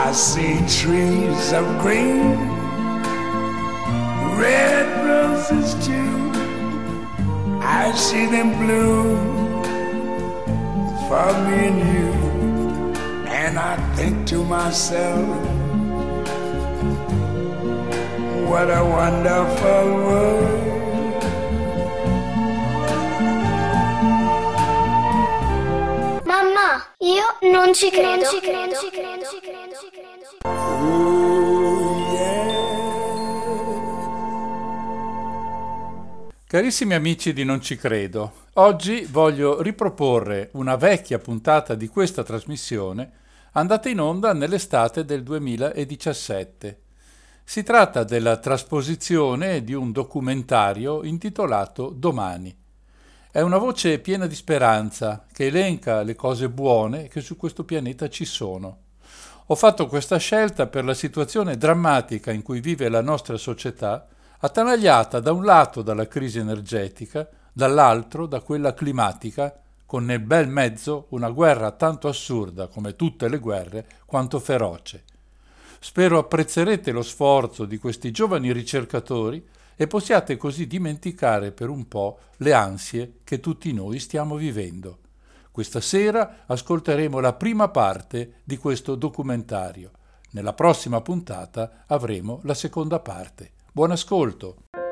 I see trees of green, red roses too. I see them bloom for me and you. And I think to myself, what a wonderful world. Mamma, io non ci credo. Ooh, yeah. Carissimi amici di Non ci credo, oggi voglio riproporre una vecchia puntata di questa trasmissione andata in onda nell'estate del 2017. Si tratta della trasposizione di un documentario intitolato Domani. È una voce piena di speranza che elenca le cose buone che su questo pianeta ci sono. Ho fatto questa scelta per la situazione drammatica in cui vive la nostra società, attanagliata da un lato dalla crisi energetica, dall'altro da quella climatica, con nel bel mezzo una guerra tanto assurda come tutte le guerre, quanto feroce. Spero apprezzerete lo sforzo di questi giovani ricercatori e possiate così dimenticare per un po' le ansie che tutti noi stiamo vivendo. Questa sera ascolteremo la prima parte di questo documentario. Nella prossima puntata avremo la seconda parte. Buon ascolto!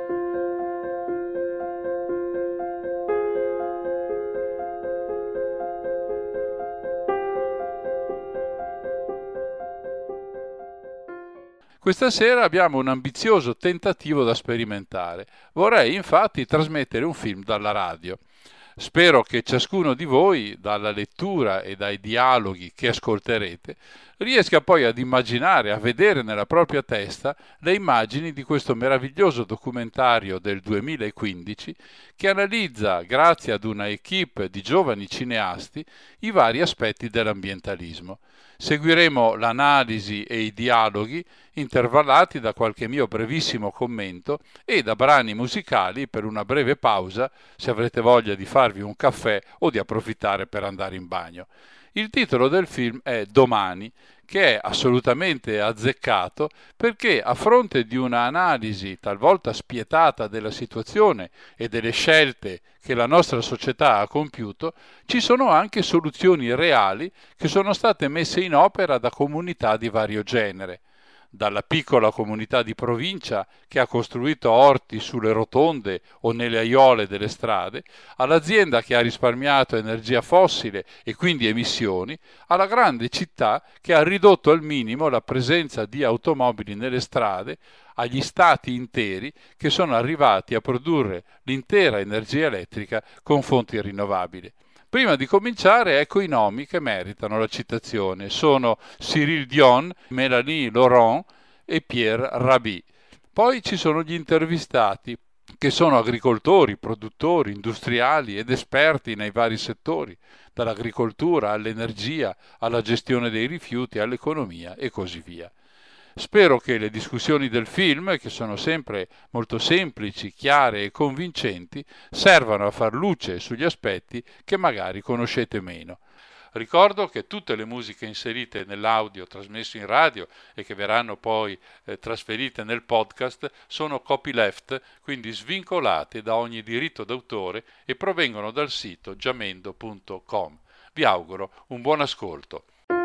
Questa sera abbiamo un ambizioso tentativo da sperimentare. Vorrei infatti trasmettere un film dalla radio. Spero che ciascuno di voi, dalla lettura e dai dialoghi che ascolterete, riesca poi ad immaginare, a vedere nella propria testa le immagini di questo meraviglioso documentario del 2015 che analizza, grazie ad una equipe di giovani cineasti, i vari aspetti dell'ambientalismo. Seguiremo l'analisi e i dialoghi intervallati da qualche mio brevissimo commento e da brani musicali per una breve pausa se avrete voglia di farvi un caffè o di approfittare per andare in bagno. Il titolo del film è Domani, che è assolutamente azzeccato perché a fronte di una analisi talvolta spietata della situazione e delle scelte che la nostra società ha compiuto, ci sono anche soluzioni reali che sono state messe in opera da comunità di vario genere. Dalla piccola comunità di provincia che ha costruito orti sulle rotonde o nelle aiole delle strade, all'azienda che ha risparmiato energia fossile e quindi emissioni, alla grande città che ha ridotto al minimo la presenza di automobili nelle strade, agli stati interi che sono arrivati a produrre l'intera energia elettrica con fonti rinnovabili. Prima di cominciare, ecco i nomi che meritano la citazione. Sono Cyril Dion, Mélanie Laurent e Pierre Rabhi. Poi ci sono gli intervistati, che sono agricoltori, produttori, industriali ed esperti nei vari settori, dall'agricoltura all'energia, alla gestione dei rifiuti, all'economia e così via. Spero che le discussioni del film, che sono sempre molto semplici, chiare e convincenti, servano a far luce sugli aspetti che magari conoscete meno. Ricordo che tutte le musiche inserite nell'audio trasmesso in radio e che verranno poi trasferite nel podcast sono copyleft, quindi svincolate da ogni diritto d'autore e provengono dal sito jamendo.com. Vi auguro un buon ascolto.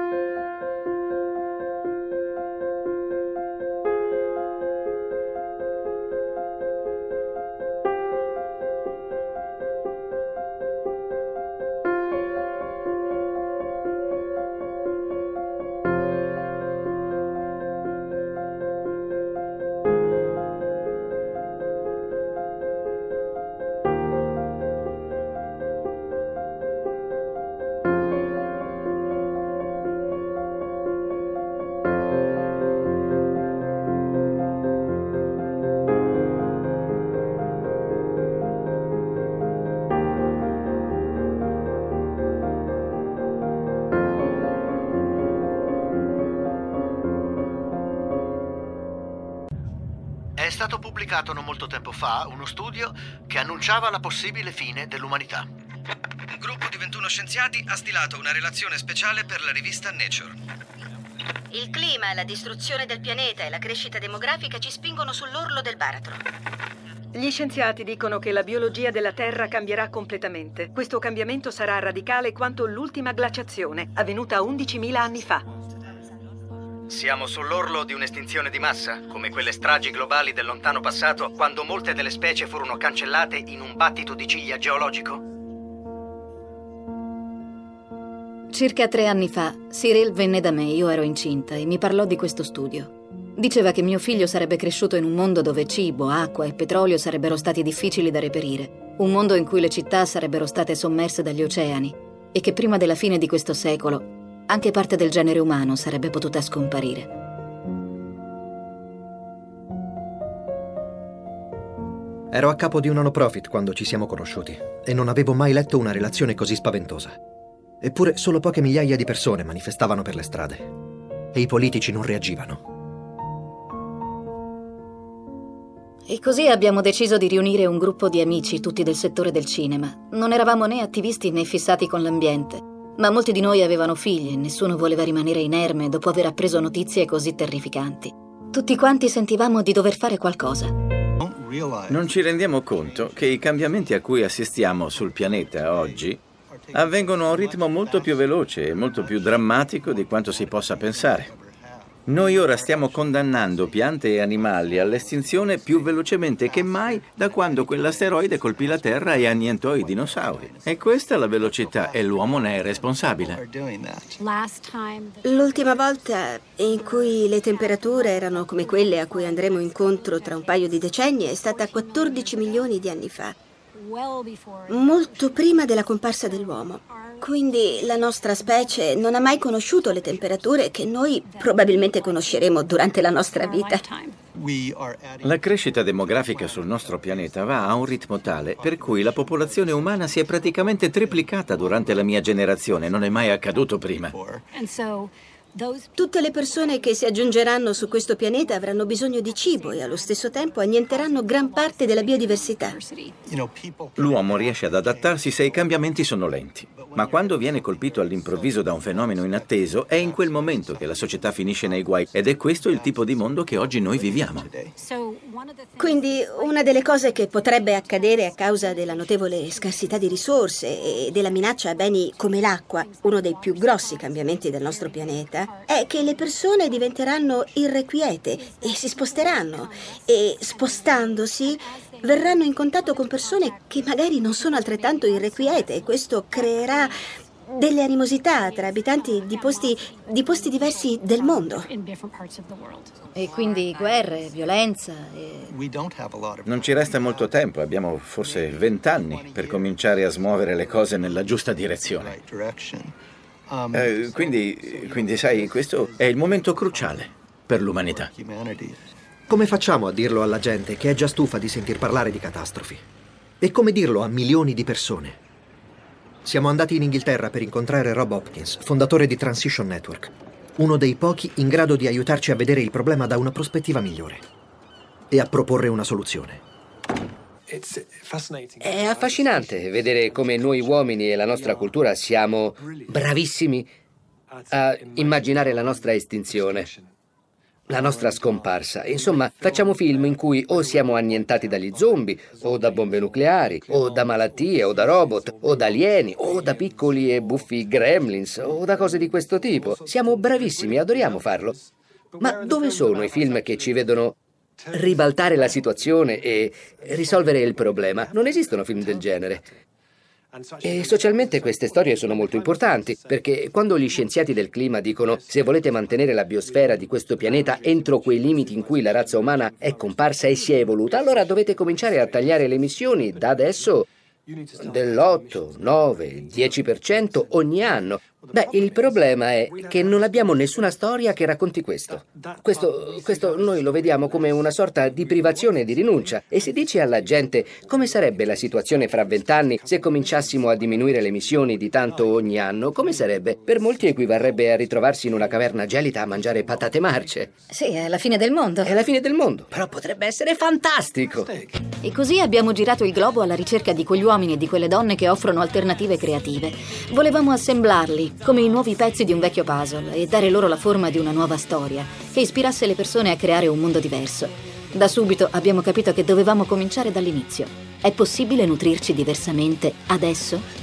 È stato pubblicato non molto tempo fa uno studio che annunciava la possibile fine dell'umanità. Un gruppo di 21 scienziati ha stilato una relazione speciale per la rivista Nature. Il clima, la distruzione del pianeta e la crescita demografica ci spingono sull'orlo del baratro. Gli scienziati dicono che la biologia della Terra cambierà completamente. Questo cambiamento sarà radicale quanto l'ultima glaciazione, avvenuta 11.000 anni fa. Siamo sull'orlo di un'estinzione di massa, come quelle stragi globali del lontano passato, quando molte delle specie furono cancellate in un battito di ciglia geologico? Circa 3 anni fa, Cyril venne da me, io ero incinta, e mi parlò di questo studio. Diceva che mio figlio sarebbe cresciuto in un mondo dove cibo, acqua e petrolio sarebbero stati difficili da reperire, un mondo in cui le città sarebbero state sommerse dagli oceani e che prima della fine di questo secolo anche parte del genere umano sarebbe potuta scomparire. Ero a capo di una no profit quando ci siamo conosciuti e non avevo mai letto una relazione così spaventosa. Eppure solo poche migliaia di persone manifestavano per le strade e i politici non reagivano. E così abbiamo deciso di riunire un gruppo di amici, tutti del settore del cinema. Non eravamo né attivisti né fissati con l'ambiente, ma molti di noi avevano figli e nessuno voleva rimanere inerme dopo aver appreso notizie così terrificanti. Tutti quanti sentivamo di dover fare qualcosa. Non ci rendiamo conto che i cambiamenti a cui assistiamo sul pianeta oggi avvengono a un ritmo molto più veloce e molto più drammatico di quanto si possa pensare. Noi ora stiamo condannando piante e animali all'estinzione più velocemente che mai da quando quell'asteroide colpì la Terra e annientò i dinosauri. E questa è la velocità e l'uomo ne è responsabile. L'ultima volta in cui le temperature erano come quelle a cui andremo incontro tra un paio di decenni è stata 14 milioni di anni fa, molto prima della comparsa dell'uomo. Quindi la nostra specie non ha mai conosciuto le temperature che noi probabilmente conosceremo durante la nostra vita. La crescita demografica sul nostro pianeta va a un ritmo tale per cui la popolazione umana si è praticamente triplicata durante la mia generazione, non è mai accaduto prima. Tutte le persone che si aggiungeranno su questo pianeta avranno bisogno di cibo e allo stesso tempo annienteranno gran parte della biodiversità. L'uomo riesce ad adattarsi se i cambiamenti sono lenti, ma quando viene colpito all'improvviso da un fenomeno inatteso è in quel momento che la società finisce nei guai ed è questo il tipo di mondo che oggi noi viviamo. Quindi una delle cose che potrebbe accadere a causa della notevole scarsità di risorse e della minaccia a beni come l'acqua, uno dei più grossi cambiamenti del nostro pianeta, è che le persone diventeranno irrequiete e si sposteranno e spostandosi verranno in contatto con persone che magari non sono altrettanto irrequiete e questo creerà delle animosità tra abitanti di posti diversi del mondo. E quindi guerre, violenza Non ci resta molto tempo, abbiamo forse 20 anni per cominciare a smuovere le cose nella giusta direzione. Quindi sai, questo è il momento cruciale per l'umanità. Come facciamo a dirlo alla gente che è già stufa di sentir parlare di catastrofi? E come dirlo a milioni di persone? Siamo andati in Inghilterra per incontrare Rob Hopkins, fondatore di Transition Network, uno dei pochi in grado di aiutarci a vedere il problema da una prospettiva migliore e a proporre una soluzione. È affascinante vedere come noi uomini e la nostra cultura siamo bravissimi a immaginare la nostra estinzione, la nostra scomparsa. Insomma, facciamo film in cui o siamo annientati dagli zombie, o da bombe nucleari, o da malattie, o da robot, o da alieni, o da piccoli e buffi gremlins, o da cose di questo tipo. Siamo bravissimi, adoriamo farlo. Ma dove sono i film che ci vedono ribaltare la situazione e risolvere il problema? Non esistono film del genere. E socialmente queste storie sono molto importanti, perché quando gli scienziati del clima dicono se volete mantenere la biosfera di questo pianeta entro quei limiti in cui la razza umana è comparsa e si è evoluta, allora dovete cominciare a tagliare le emissioni da adesso dell'8, 9, 10% ogni anno. Beh, il problema è che non abbiamo nessuna storia che racconti questo. Questo noi lo vediamo come una sorta di privazione e di rinuncia. E se dici alla gente come sarebbe la situazione fra 20 anni se cominciassimo a diminuire le emissioni di tanto ogni anno, come sarebbe? Per molti equivarrebbe a ritrovarsi in una caverna gelida a mangiare patate marce. Sì, è la fine del mondo. È la fine del mondo, però potrebbe essere fantastico. E così abbiamo girato il globo alla ricerca di quegli uomini e di quelle donne che offrono alternative creative. Volevamo assemblarli, insieme, come i nuovi pezzi di un vecchio puzzle, e dare loro la forma di una nuova storia, che ispirasse le persone a creare un mondo diverso. Da subito abbiamo capito che dovevamo cominciare dall'inizio. È possibile nutrirci diversamente adesso?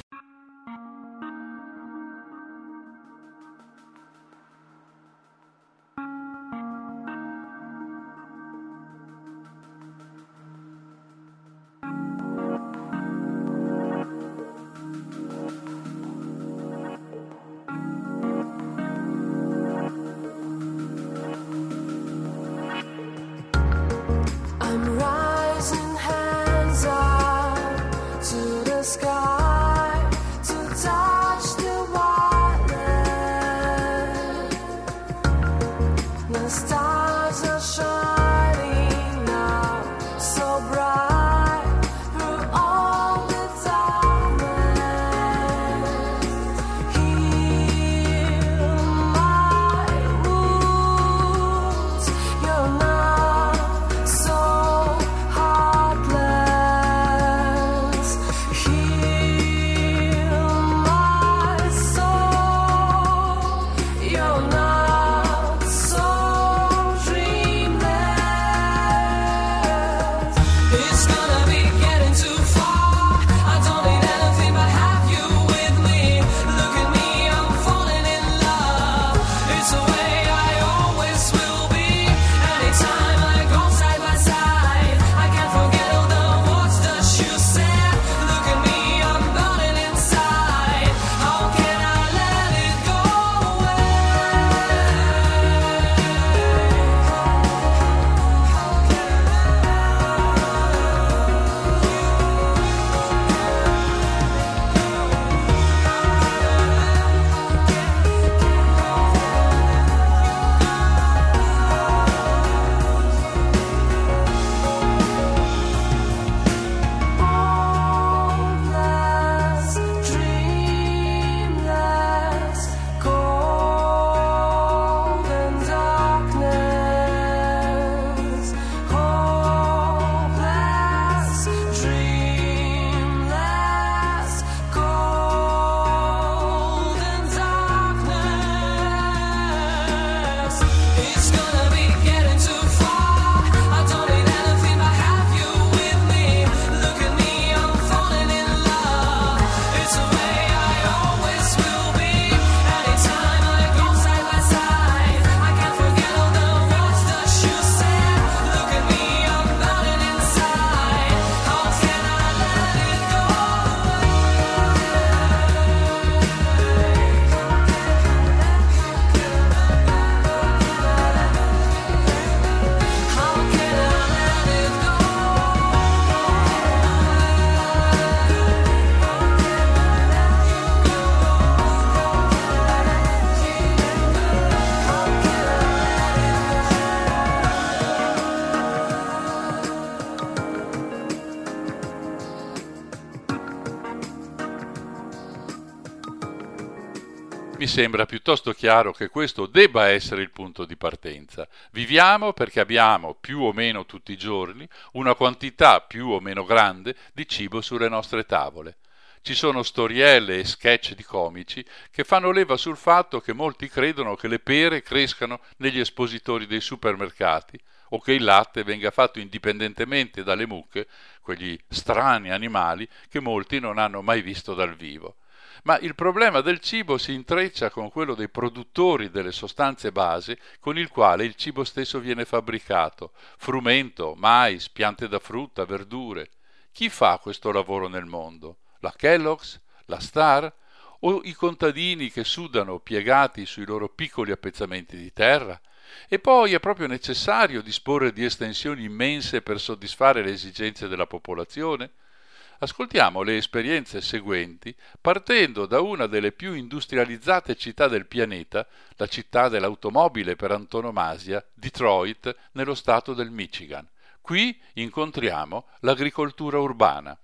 Mi sembra piuttosto chiaro che questo debba essere il punto di partenza. Viviamo perché abbiamo più o meno tutti i giorni una quantità più o meno grande di cibo sulle nostre tavole. Ci sono storielle e sketch di comici che fanno leva sul fatto che molti credono che le pere crescano negli espositori dei supermercati o che il latte venga fatto indipendentemente dalle mucche, quegli strani animali che molti non hanno mai visto dal vivo. Ma il problema del cibo si intreccia con quello dei produttori delle sostanze base con il quale il cibo stesso viene fabbricato: frumento, mais, piante da frutta, verdure. Chi fa questo lavoro nel mondo? La Kellogg's? La Star? O i contadini che sudano piegati sui loro piccoli appezzamenti di terra? E poi è proprio necessario disporre di estensioni immense per soddisfare le esigenze della popolazione? Ascoltiamo le esperienze seguenti partendo da una delle più industrializzate città del pianeta, la città dell'automobile per antonomasia, Detroit, nello stato del Michigan. Qui incontriamo l'agricoltura urbana.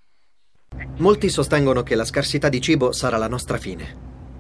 Molti sostengono che la scarsità di cibo sarà la nostra fine.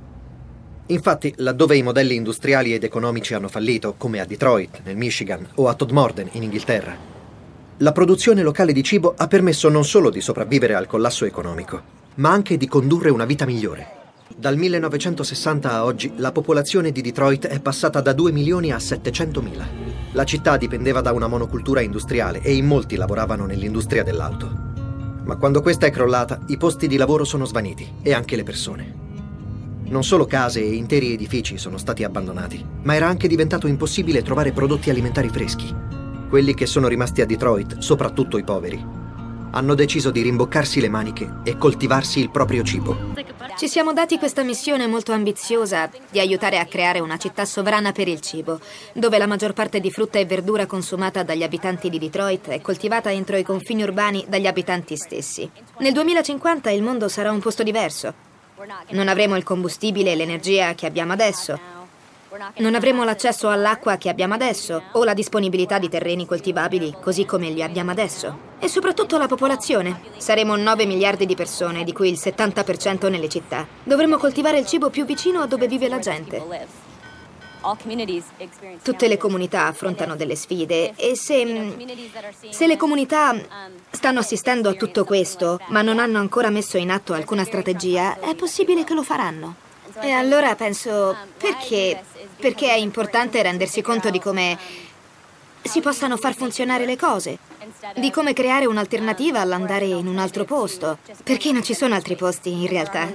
Infatti, laddove i modelli industriali ed economici hanno fallito, come a Detroit, nel Michigan, o a Todmorden, in Inghilterra, la produzione locale di cibo ha permesso non solo di sopravvivere al collasso economico, ma anche di condurre una vita migliore. Dal 1960 a oggi la popolazione di Detroit è passata da 2 milioni a 700.000. La città dipendeva da una monocultura industriale e in molti lavoravano nell'industria dell'auto. Ma quando questa è crollata, i posti di lavoro sono svaniti e anche le persone. Non solo case e interi edifici sono stati abbandonati, ma era anche diventato impossibile trovare prodotti alimentari freschi. Quelli che sono rimasti a Detroit, soprattutto i poveri, hanno deciso di rimboccarsi le maniche e coltivarsi il proprio cibo. Ci siamo dati questa missione molto ambiziosa di aiutare a creare una città sovrana per il cibo, dove la maggior parte di frutta e verdura consumata dagli abitanti di Detroit è coltivata entro i confini urbani dagli abitanti stessi. Nel 2050 il mondo sarà un posto diverso. Non avremo il combustibile e l'energia che abbiamo adesso. Non avremo l'accesso all'acqua che abbiamo adesso o la disponibilità di terreni coltivabili così come li abbiamo adesso. E soprattutto la popolazione. Saremo 9 miliardi di persone, di cui il 70% nelle città. Dovremo coltivare il cibo più vicino a dove vive la gente. Tutte le comunità affrontano delle sfide e se le comunità stanno assistendo a tutto questo ma non hanno ancora messo in atto alcuna strategia, è possibile che lo faranno. E allora penso, perché è importante rendersi conto di come si possano far funzionare le cose, di come creare un'alternativa all'andare in un altro posto, perché non ci sono altri posti in realtà.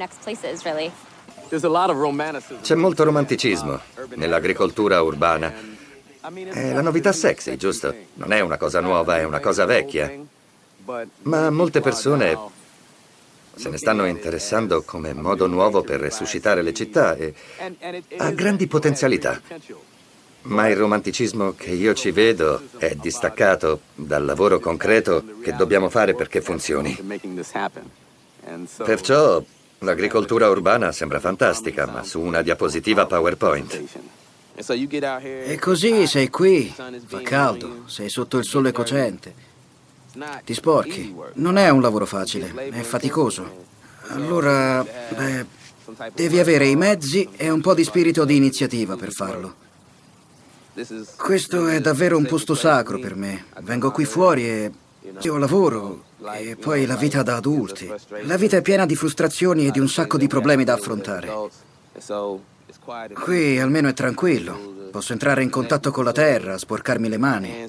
C'è molto romanticismo nell'agricoltura urbana. È la novità sexy, giusto? Non è una cosa nuova, è una cosa vecchia. Ma molte persone se ne stanno interessando come modo nuovo per resuscitare le città e ha grandi potenzialità. Ma il romanticismo che io ci vedo è distaccato dal lavoro concreto che dobbiamo fare perché funzioni. Perciò l'agricoltura urbana sembra fantastica, ma su una diapositiva PowerPoint. E così sei qui, fa caldo, sei sotto il sole cocente. Ti sporchi. Non è un lavoro facile, è faticoso. Allora, devi avere i mezzi e un po' di spirito di iniziativa per farlo. Questo è davvero un posto sacro per me. Vengo qui fuori e io lavoro e poi la vita da adulti. La vita è piena di frustrazioni e di un sacco di problemi da affrontare. Qui almeno è tranquillo. Posso entrare in contatto con la terra, sporcarmi le mani.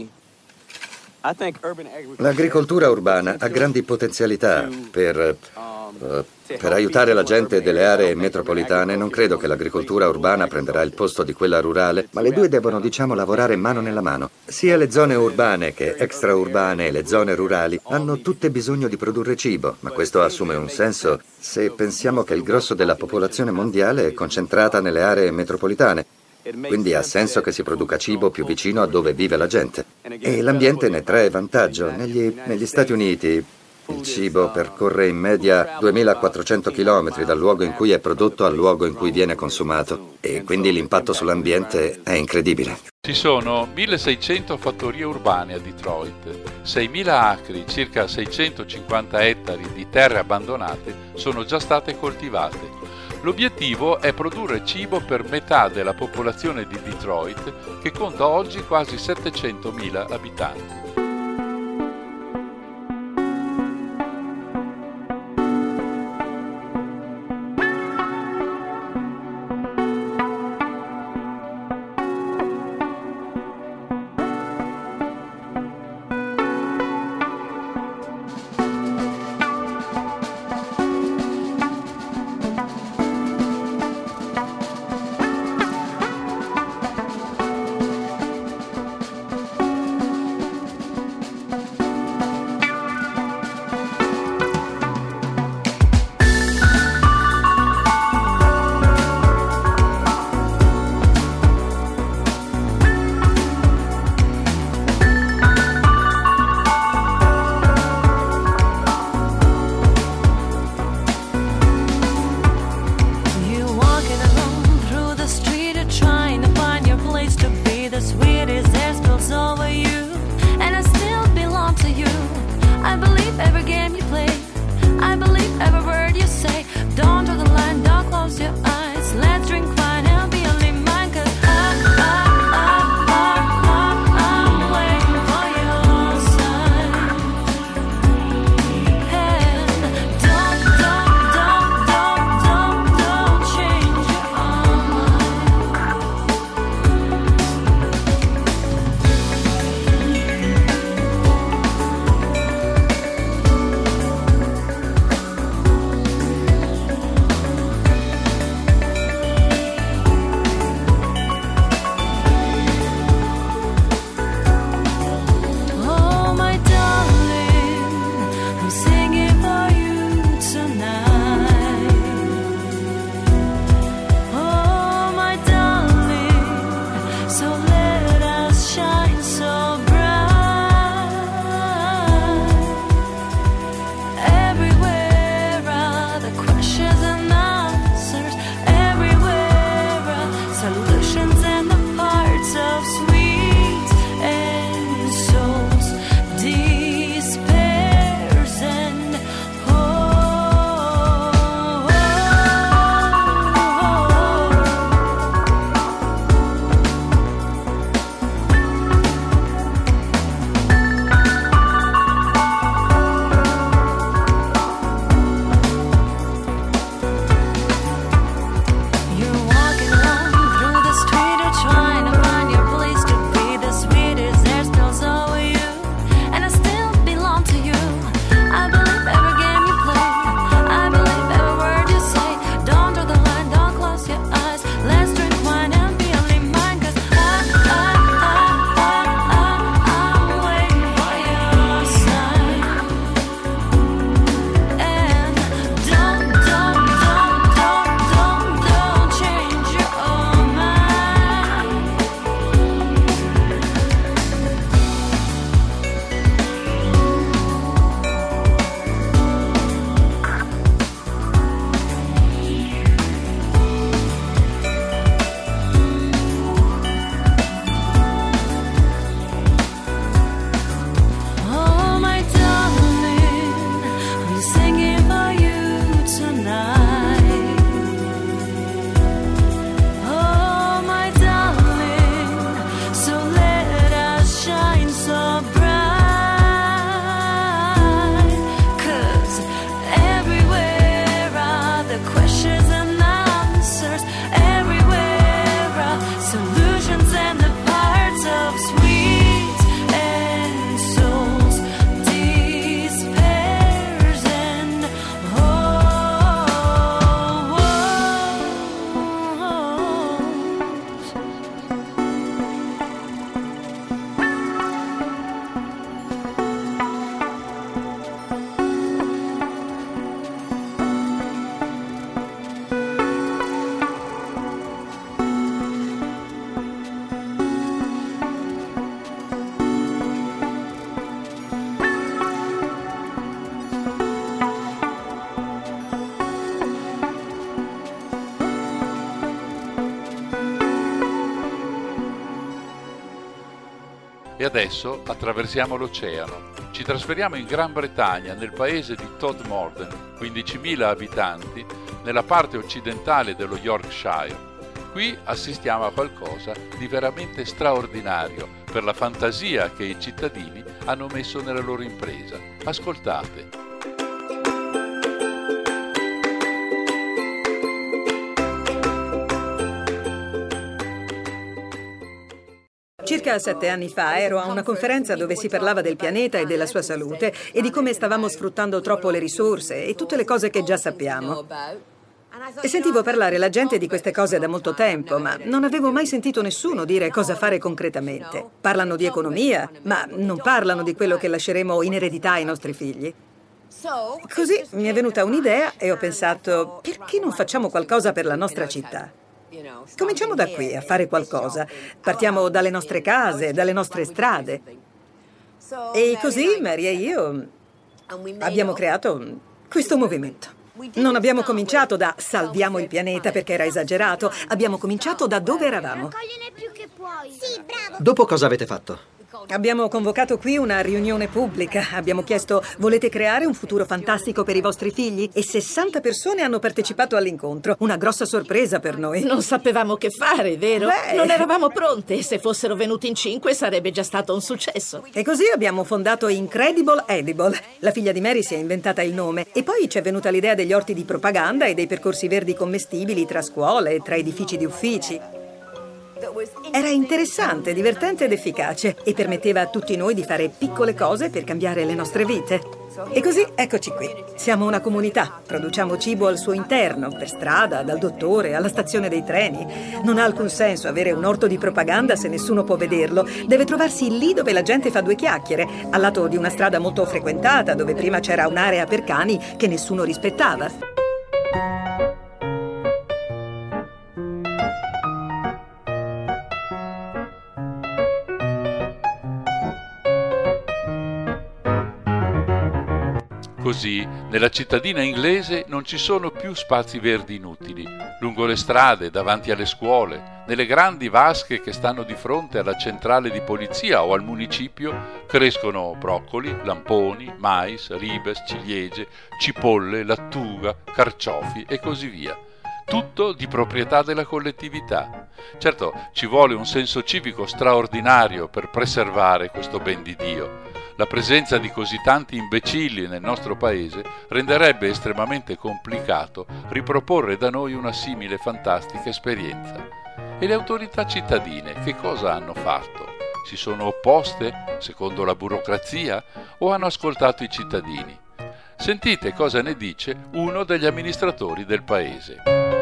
L'agricoltura urbana ha grandi potenzialità per aiutare la gente delle aree metropolitane. Non credo che l'agricoltura urbana prenderà il posto di quella rurale, ma le due devono, lavorare mano nella mano. Sia le zone urbane che extraurbane e le zone rurali hanno tutte bisogno di produrre cibo, ma questo assume un senso se pensiamo che il grosso della popolazione mondiale è concentrata nelle aree metropolitane. Quindi ha senso che si produca cibo più vicino a dove vive la gente. E l'ambiente ne trae vantaggio. Negli Stati Uniti il cibo percorre in media 2400 km dal luogo in cui è prodotto al luogo in cui viene consumato. E quindi l'impatto sull'ambiente è incredibile. Ci sono 1600 fattorie urbane a Detroit, 6000 acri, circa 650 ettari di terre abbandonate sono già state coltivate. L'obiettivo è produrre cibo per metà della popolazione di Detroit, che conta oggi quasi 700.000 abitanti. E adesso attraversiamo l'oceano. Ci trasferiamo in Gran Bretagna, nel paese di Todmorden, 15.000 abitanti, nella parte occidentale dello Yorkshire. Qui assistiamo a qualcosa di veramente straordinario per la fantasia che i cittadini hanno messo nella loro impresa. Ascoltate. Circa 7 anni fa ero a una conferenza dove si parlava del pianeta e della sua salute e di come stavamo sfruttando troppo le risorse e tutte le cose che già sappiamo. E sentivo parlare la gente di queste cose da molto tempo, ma non avevo mai sentito nessuno dire cosa fare concretamente. Parlano di economia, ma non parlano di quello che lasceremo in eredità ai nostri figli. Così mi è venuta un'idea e ho pensato, perché non facciamo qualcosa per la nostra città? Cominciamo da qui a fare qualcosa. Partiamo dalle nostre case, dalle nostre strade. E così Mary e io abbiamo creato questo movimento. Non abbiamo cominciato da salviamo il pianeta perché era esagerato, abbiamo cominciato da dove eravamo. Dopo cosa avete fatto? Abbiamo convocato qui una riunione pubblica, abbiamo chiesto volete creare un futuro fantastico per i vostri figli? E 60 persone hanno partecipato all'incontro, una grossa sorpresa per noi. Non sapevamo che fare, vero? Beh. Non eravamo pronte, se fossero venuti in 5 sarebbe già stato un successo. E così abbiamo fondato Incredible Edible. La figlia di Mary si è inventata il nome e poi ci è venuta l'idea degli orti di propaganda e dei percorsi verdi commestibili tra scuole e tra edifici di uffici. Era interessante, divertente ed efficace e permetteva a tutti noi di fare piccole cose per cambiare le nostre vite. E così eccoci qui. Siamo una comunità, produciamo cibo al suo interno, per strada, dal dottore, alla stazione dei treni. Non ha alcun senso avere un orto di propaganda se nessuno può vederlo. Deve trovarsi lì dove la gente fa due chiacchiere, al lato di una strada molto frequentata, dove prima c'era un'area per cani che nessuno rispettava. Così, nella cittadina inglese non ci sono più spazi verdi inutili, lungo le strade, davanti alle scuole, nelle grandi vasche che stanno di fronte alla centrale di polizia o al municipio crescono broccoli, lamponi, mais, ribes, ciliegie, cipolle, lattuga, carciofi e così via. Tutto di proprietà della collettività. Certo, ci vuole un senso civico straordinario per preservare questo ben di Dio. La presenza di così tanti imbecilli nel nostro paese renderebbe estremamente complicato riproporre da noi una simile fantastica esperienza. E le autorità cittadine che cosa hanno fatto? Si sono opposte, secondo la burocrazia, o hanno ascoltato i cittadini? Sentite cosa ne dice uno degli amministratori del paese.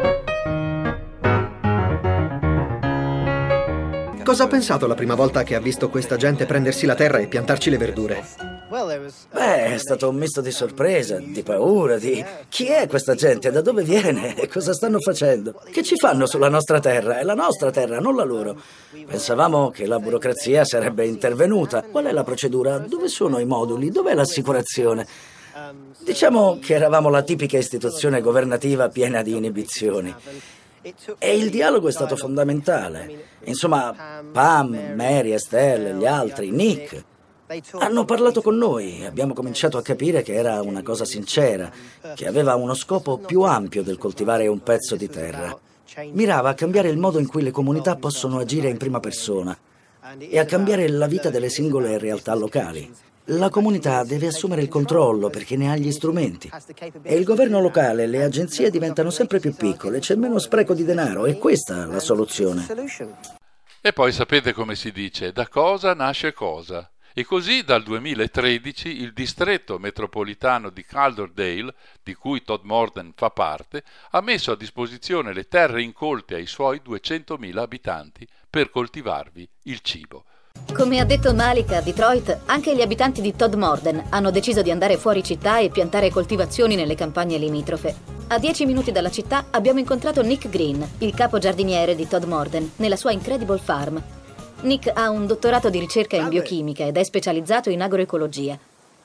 Cosa ha pensato la prima volta che ha visto questa gente prendersi la terra e piantarci le verdure? Beh, è stato un misto di sorpresa, di paura, di chi è questa gente, da dove viene e cosa stanno facendo? Che ci fanno sulla nostra terra? È la nostra terra, non la loro. Pensavamo che la burocrazia sarebbe intervenuta. Qual è la procedura? Dove sono i moduli? Dov'è l'assicurazione? Diciamo che eravamo la tipica istituzione governativa piena di inibizioni. E il dialogo è stato fondamentale. Insomma, Pam, Mary, Estelle, gli altri, Nick hanno parlato con noi e abbiamo cominciato a capire che era una cosa sincera, che aveva uno scopo più ampio del coltivare un pezzo di terra. Mirava a cambiare il modo in cui le comunità possono agire in prima persona e a cambiare la vita delle singole realtà locali. La comunità deve assumere il controllo perché ne ha gli strumenti. E il governo locale e le agenzie diventano sempre più piccole, c'è meno spreco di denaro e questa è la soluzione. E poi sapete come si dice, da cosa nasce cosa. E così dal 2013 il distretto metropolitano di Calderdale, di cui Todmorden fa parte, ha messo a disposizione le terre incolte ai suoi 200.000 abitanti per coltivarvi il cibo. Come ha detto Malika a Detroit, anche gli abitanti di Todmorden hanno deciso di andare fuori città e piantare coltivazioni nelle campagne limitrofe. A 10 minuti dalla città abbiamo incontrato Nick Green, il capo giardiniere di Todmorden, nella sua Incredible Farm. Nick ha un dottorato di ricerca in biochimica ed è specializzato in agroecologia.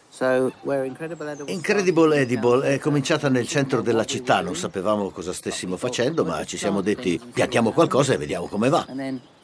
Incredible Edible è cominciata nel centro della città, non sapevamo cosa stessimo facendo, ma ci siamo detti piantiamo qualcosa e vediamo come va.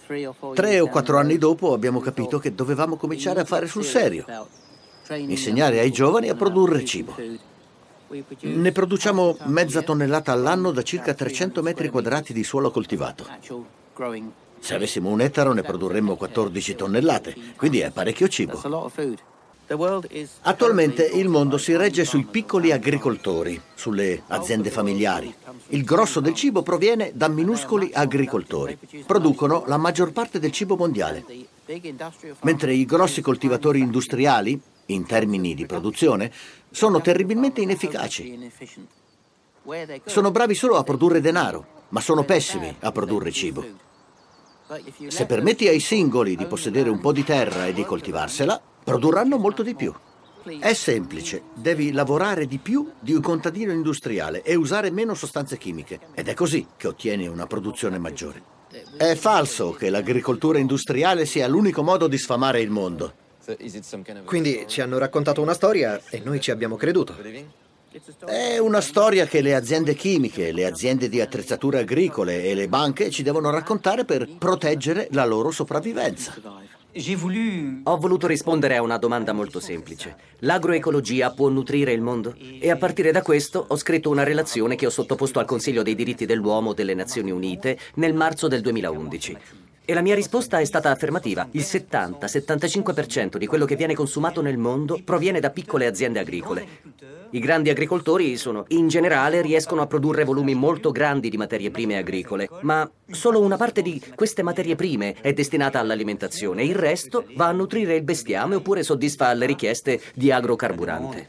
3 o 4 anni dopo abbiamo capito che dovevamo cominciare a fare sul serio, insegnare ai giovani a produrre cibo. Ne produciamo mezza tonnellata all'anno da circa 300 metri quadrati di suolo coltivato. Se avessimo un ettaro ne produrremmo 14 tonnellate, quindi è parecchio cibo. Attualmente il mondo si regge sui piccoli agricoltori, sulle aziende familiari. Il grosso del cibo proviene da minuscoli agricoltori. Producono la maggior parte del cibo mondiale. Mentre i grossi coltivatori industriali, in termini di produzione, sono terribilmente inefficaci. Sono bravi solo a produrre denaro, ma sono pessimi a produrre cibo. Se permetti ai singoli di possedere un po' di terra e di coltivarsela, produrranno molto di più. È semplice, devi lavorare di più di un contadino industriale e usare meno sostanze chimiche. Ed è così che ottieni una produzione maggiore. È falso che l'agricoltura industriale sia l'unico modo di sfamare il mondo. Quindi ci hanno raccontato una storia e noi ci abbiamo creduto. È una storia che le aziende chimiche, le aziende di attrezzature agricole e le banche ci devono raccontare per proteggere la loro sopravvivenza. Ho voluto rispondere a una domanda molto semplice. L'agroecologia può nutrire il mondo? E a partire da questo ho scritto una relazione che ho sottoposto al Consiglio dei diritti dell'uomo delle Nazioni Unite nel marzo del 2011. E la mia risposta è stata affermativa. Il 70-75% di quello che viene consumato nel mondo proviene da piccole aziende agricole. I grandi agricoltori in generale riescono a produrre volumi molto grandi di materie prime agricole, ma solo una parte di queste materie prime è destinata all'alimentazione. Il resto va a nutrire il bestiame oppure soddisfa le richieste di agrocarburante.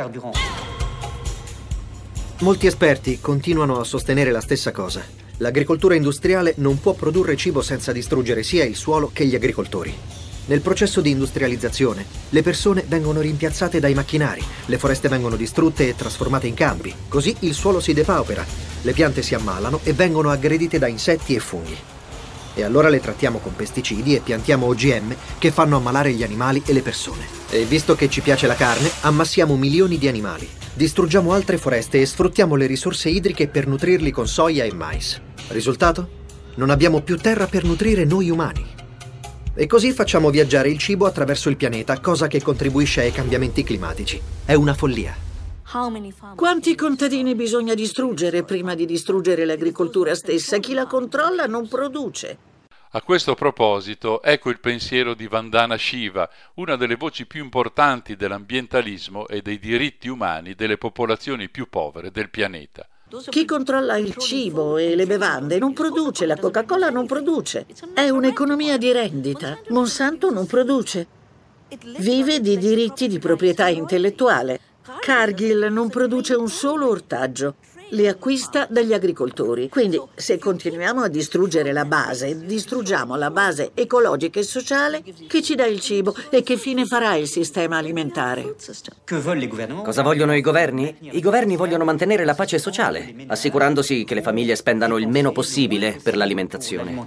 Molti esperti continuano a sostenere la stessa cosa. L'agricoltura industriale non può produrre cibo senza distruggere sia il suolo che gli agricoltori. Nel processo di industrializzazione, le persone vengono rimpiazzate dai macchinari, le foreste vengono distrutte e trasformate in campi. Così il suolo si depaupera, le piante si ammalano e vengono aggredite da insetti e funghi. E allora le trattiamo con pesticidi e piantiamo OGM che fanno ammalare gli animali e le persone. E visto che ci piace la carne, ammassiamo milioni di animali. Distruggiamo altre foreste e sfruttiamo le risorse idriche per nutrirli con soia e mais. Risultato? Non abbiamo più terra per nutrire noi umani. E così facciamo viaggiare il cibo attraverso il pianeta, cosa che contribuisce ai cambiamenti climatici. È una follia. Quanti contadini bisogna distruggere prima di distruggere l'agricoltura stessa? Chi la controlla non produce. A questo proposito, ecco il pensiero di Vandana Shiva, una delle voci più importanti dell'ambientalismo e dei diritti umani delle popolazioni più povere del pianeta. Chi controlla il cibo e le bevande non produce, la Coca-Cola non produce. È un'economia di rendita. Monsanto non produce. Vive di diritti di proprietà intellettuale. Cargill non produce un solo ortaggio. Li acquista dagli agricoltori. Quindi, se continuiamo a distruggere la base, distruggiamo la base ecologica e sociale che ci dà il cibo. E che fine farà il sistema alimentare? Cosa vogliono i governi? I governi vogliono mantenere la pace sociale, assicurandosi che le famiglie spendano il meno possibile per l'alimentazione.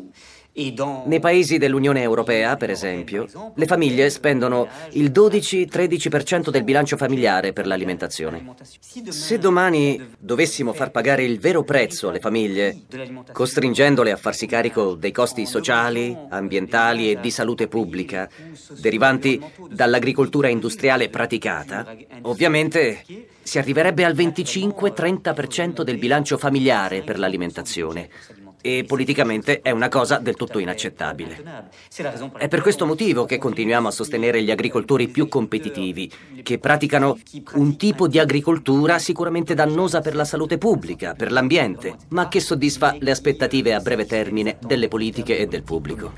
Nei paesi dell'Unione Europea, per esempio, le famiglie spendono il 12-13% del bilancio familiare per l'alimentazione. Se domani dovessimo far pagare il vero prezzo alle famiglie, costringendole a farsi carico dei costi sociali, ambientali e di salute pubblica, derivanti dall'agricoltura industriale praticata, ovviamente si arriverebbe al 25-30% del bilancio familiare per l'alimentazione. E politicamente è una cosa del tutto inaccettabile. È per questo motivo che continuiamo a sostenere gli agricoltori più competitivi, che praticano un tipo di agricoltura sicuramente dannosa per la salute pubblica, per l'ambiente, ma che soddisfa le aspettative a breve termine delle politiche e del pubblico.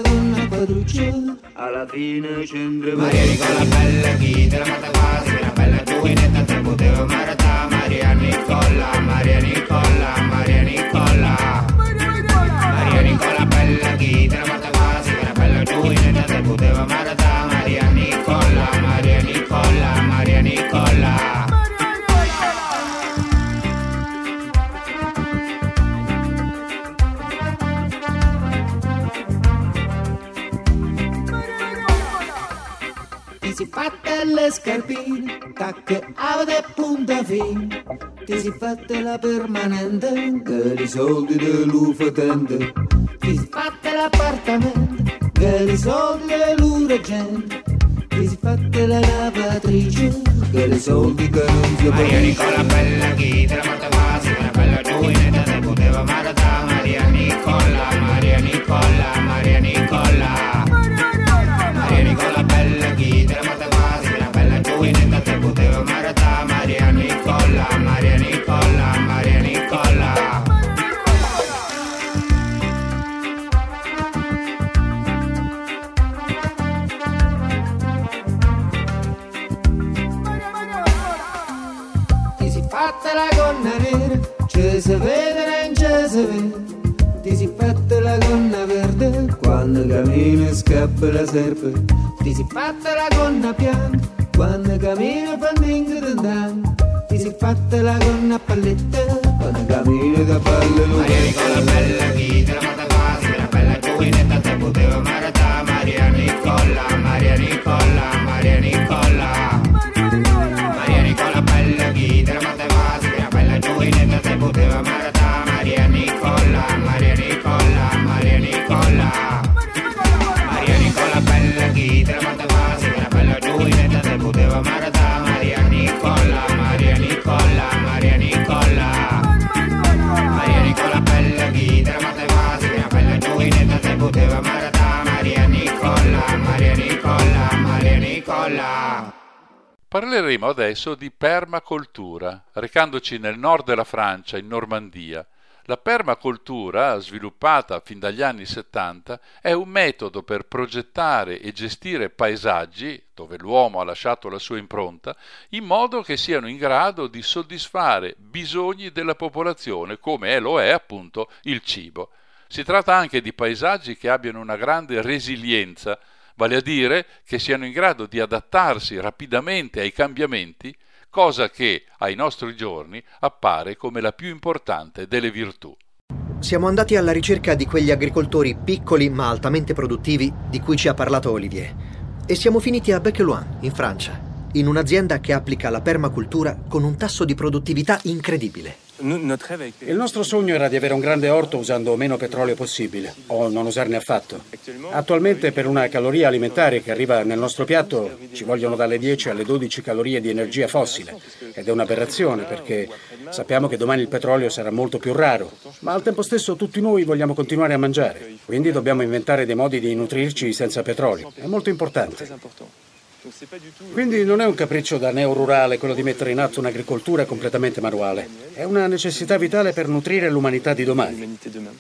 Alla fine ci andremo. Maria Nicola bella, chi te la fatta quasi, una bella Giuinetta te poteva maratà, Maria Nicola, Maria Nicola, Maria Nicola. Maria Nicola bella chi te la porta quasi, una bella Giuinetta te poteva maratà, Maria Nicola, Maria Nicola, Maria Nicola. Ti si fatte le scarpine, tacche, avete punta fine. Ti si fatte la permanente, che i soldi dell'ufatente. Ti si fatte l'appartamento, che i soldi dell'uragente. Ti si fatte la lavatrice, che i soldi che non si può. Maria Nicola bella chi te la porta quasi, una bella Giuinetta te poteva maratà, Maria Nicola, Maria Nicola, Maria Nicola. Maria Nicola bella chi te la porta quasi, una bella Giuinetta te poteva maratà, Maria Nicola, Maria Nicola, Maria Nicola. Ti si fatta la gonna nera, ci si vede, non ci si vede. Ti si fatta la gonna verde, quando cammina scappa la serpe. Ti si fatta la gonna bianca, quando cammina fa ninga d'andang. Ti si fatta la gonna palletta, quando cammina da palle lo. Maria Nicola bella chi te la porta quasi, una bella Giuinetta te poteva maratà, Maria Nicola, Maria Nicola, Maria Nicola. Maria Nicola bella chi te la porta quasi, una bella Giuinetta te poteva maratà, Maria Nicola, Maria Nicola, Maria Nicola. Maria Nicola bella chi te la porta quasi, una bella Giuinetta te poteva maratà, Maria Nicola, Maria Nicola, Maria Nicola. Maria Nicola bella chi te la porta quasi, una bella Giuinetta te poteva maratà, Maria Nicola, Maria Nicola, Maria Nicola. Parleremo adesso di permacoltura, recandoci nel nord della Francia, in Normandia. La permacoltura, sviluppata fin dagli anni 70, è un metodo per progettare e gestire paesaggi, dove l'uomo ha lasciato la sua impronta, in modo che siano in grado di soddisfare bisogni della popolazione, come lo è appunto il cibo. Si tratta anche di paesaggi che abbiano una grande resilienza, vale a dire che siano in grado di adattarsi rapidamente ai cambiamenti, cosa che ai nostri giorni appare come la più importante delle virtù. Siamo andati alla ricerca di quegli agricoltori piccoli ma altamente produttivi di cui ci ha parlato Olivier e siamo finiti a Bec-Éloin, in Francia, in un'azienda che applica la permacultura con un tasso di produttività incredibile. Il nostro sogno era di avere un grande orto usando meno petrolio possibile, o non usarne affatto. Attualmente per una caloria alimentare che arriva nel nostro piatto ci vogliono dalle 10 alle 12 calorie di energia fossile, ed è un'aberrazione perché sappiamo che domani il petrolio sarà molto più raro, ma al tempo stesso tutti noi vogliamo continuare a mangiare, quindi dobbiamo inventare dei modi di nutrirci senza petrolio. È molto importante. Quindi non è un capriccio da neorurale quello di mettere in atto un'agricoltura completamente manuale. È una necessità vitale per nutrire l'umanità di domani.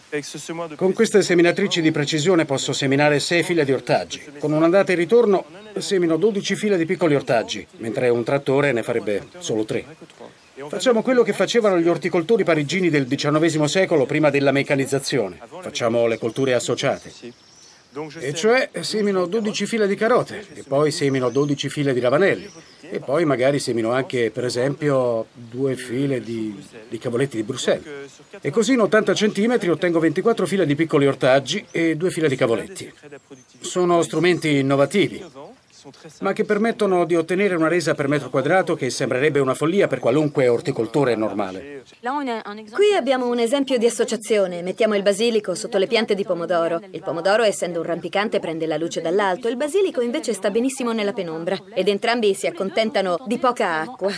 Con queste seminatrici di precisione posso seminare 6 file di ortaggi. Con un'andata e ritorno semino 12 file di piccoli ortaggi, mentre un trattore ne farebbe solo 3. Facciamo quello che facevano gli orticoltori parigini del XIX secolo prima della meccanizzazione. Facciamo le colture associate. E cioè semino 12 file di carote, e poi semino 12 file di ravanelli, e poi magari semino anche, per esempio, 2 file di cavoletti di Bruxelles. E così in 80 centimetri ottengo 24 file di piccoli ortaggi e 2 file di cavoletti. Sono strumenti innovativi, ma che permettono di ottenere una resa per metro quadrato che sembrerebbe una follia per qualunque orticoltore normale. Qui abbiamo un esempio di associazione. Mettiamo il basilico sotto le piante di pomodoro. Il pomodoro, essendo un rampicante, prende la luce dall'alto. Il basilico invece sta benissimo nella penombra ed entrambi si accontentano di poca acqua.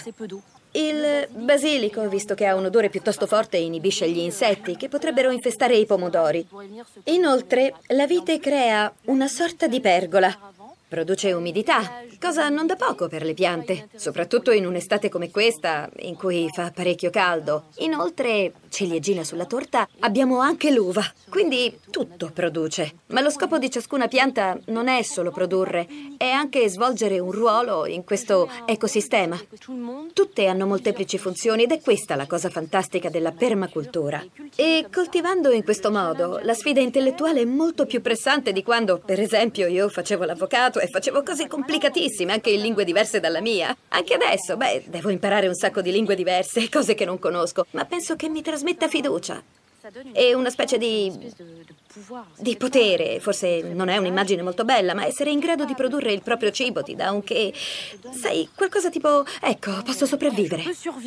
Il basilico, visto che ha un odore piuttosto forte, inibisce gli insetti che potrebbero infestare i pomodori. Inoltre, la vite crea una sorta di pergola. produce umidità, cosa non da poco per le piante, soprattutto in un'estate come questa, in cui fa parecchio caldo. Inoltre, ciliegina sulla torta, abbiamo anche l'uva, quindi tutto produce. Ma lo scopo di ciascuna pianta non è solo produrre, è anche svolgere un ruolo in questo ecosistema. Tutte hanno molteplici funzioni ed è questa la cosa fantastica della permacultura. E coltivando in questo modo, la sfida intellettuale è molto più pressante di quando, per esempio, io facevo l'avvocato e facevo cose complicatissime, anche in lingue diverse dalla mia. Anche adesso, devo imparare un sacco di lingue diverse, cose che non conosco, ma penso che mi trasmetta fiducia. È una specie di potere, forse non è un'immagine molto bella, ma essere in grado di produrre il proprio cibo ti dà un che, sai, qualcosa tipo, ecco, posso sopravvivere.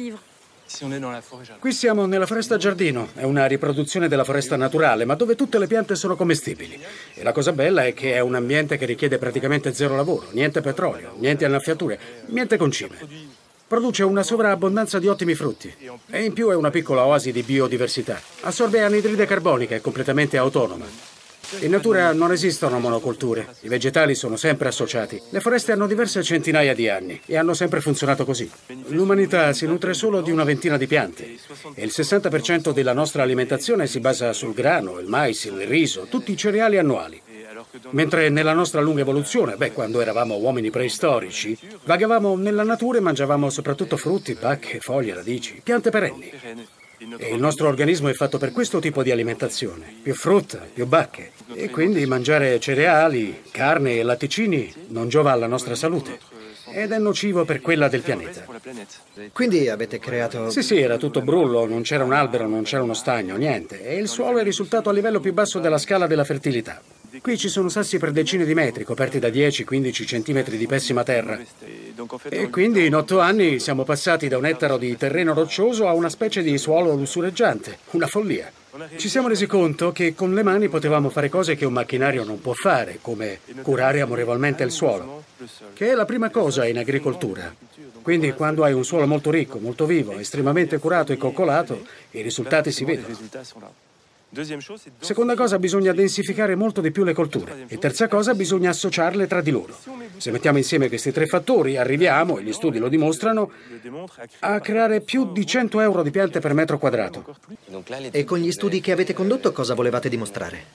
Qui siamo nella foresta giardino, è una riproduzione della foresta naturale, ma dove tutte le piante sono commestibili. E la cosa bella è che è un ambiente che richiede praticamente zero lavoro, niente petrolio, niente annaffiature, niente concime. Produce una sovrabbondanza di ottimi frutti e in più è una piccola oasi di biodiversità. Assorbe anidride carbonica, è completamente autonoma. In natura non esistono monocolture, i vegetali sono sempre associati. Le foreste hanno diverse centinaia di anni e hanno sempre funzionato così. L'umanità si nutre solo di una ventina di piante e il 60% della nostra alimentazione si basa sul grano, il mais, il riso, tutti i cereali annuali. Mentre nella nostra lunga evoluzione, quando eravamo uomini preistorici, vagavamo nella natura e mangiavamo soprattutto frutti, bacche, foglie, radici, piante perenni. E il nostro organismo è fatto per questo tipo di alimentazione, più frutta, più bacche. E quindi mangiare cereali, carne e latticini non giova alla nostra salute. Ed è nocivo per quella del pianeta. Quindi avete creato... Sì, era tutto brullo, non c'era un albero, non c'era uno stagno, niente. E il suolo è risultato a livello più basso della scala della fertilità. Qui ci sono sassi per decine di metri, coperti da 10-15 centimetri di pessima terra. E quindi in 8 anni siamo passati da un ettaro di terreno roccioso a una specie di suolo lussureggiante. Una follia. Ci siamo resi conto che con le mani potevamo fare cose che un macchinario non può fare, come curare amorevolmente il suolo, che è la prima cosa in agricoltura. Quindi quando hai un suolo molto ricco, molto vivo, estremamente curato e coccolato, i risultati si vedono. Seconda cosa, bisogna densificare molto di più le colture. E terza cosa, bisogna associarle tra di loro. Se mettiamo insieme questi 3 fattori, arriviamo, e gli studi lo dimostrano, a creare più di 100 euro di piante per metro quadrato. E con gli studi che avete condotto cosa volevate dimostrare?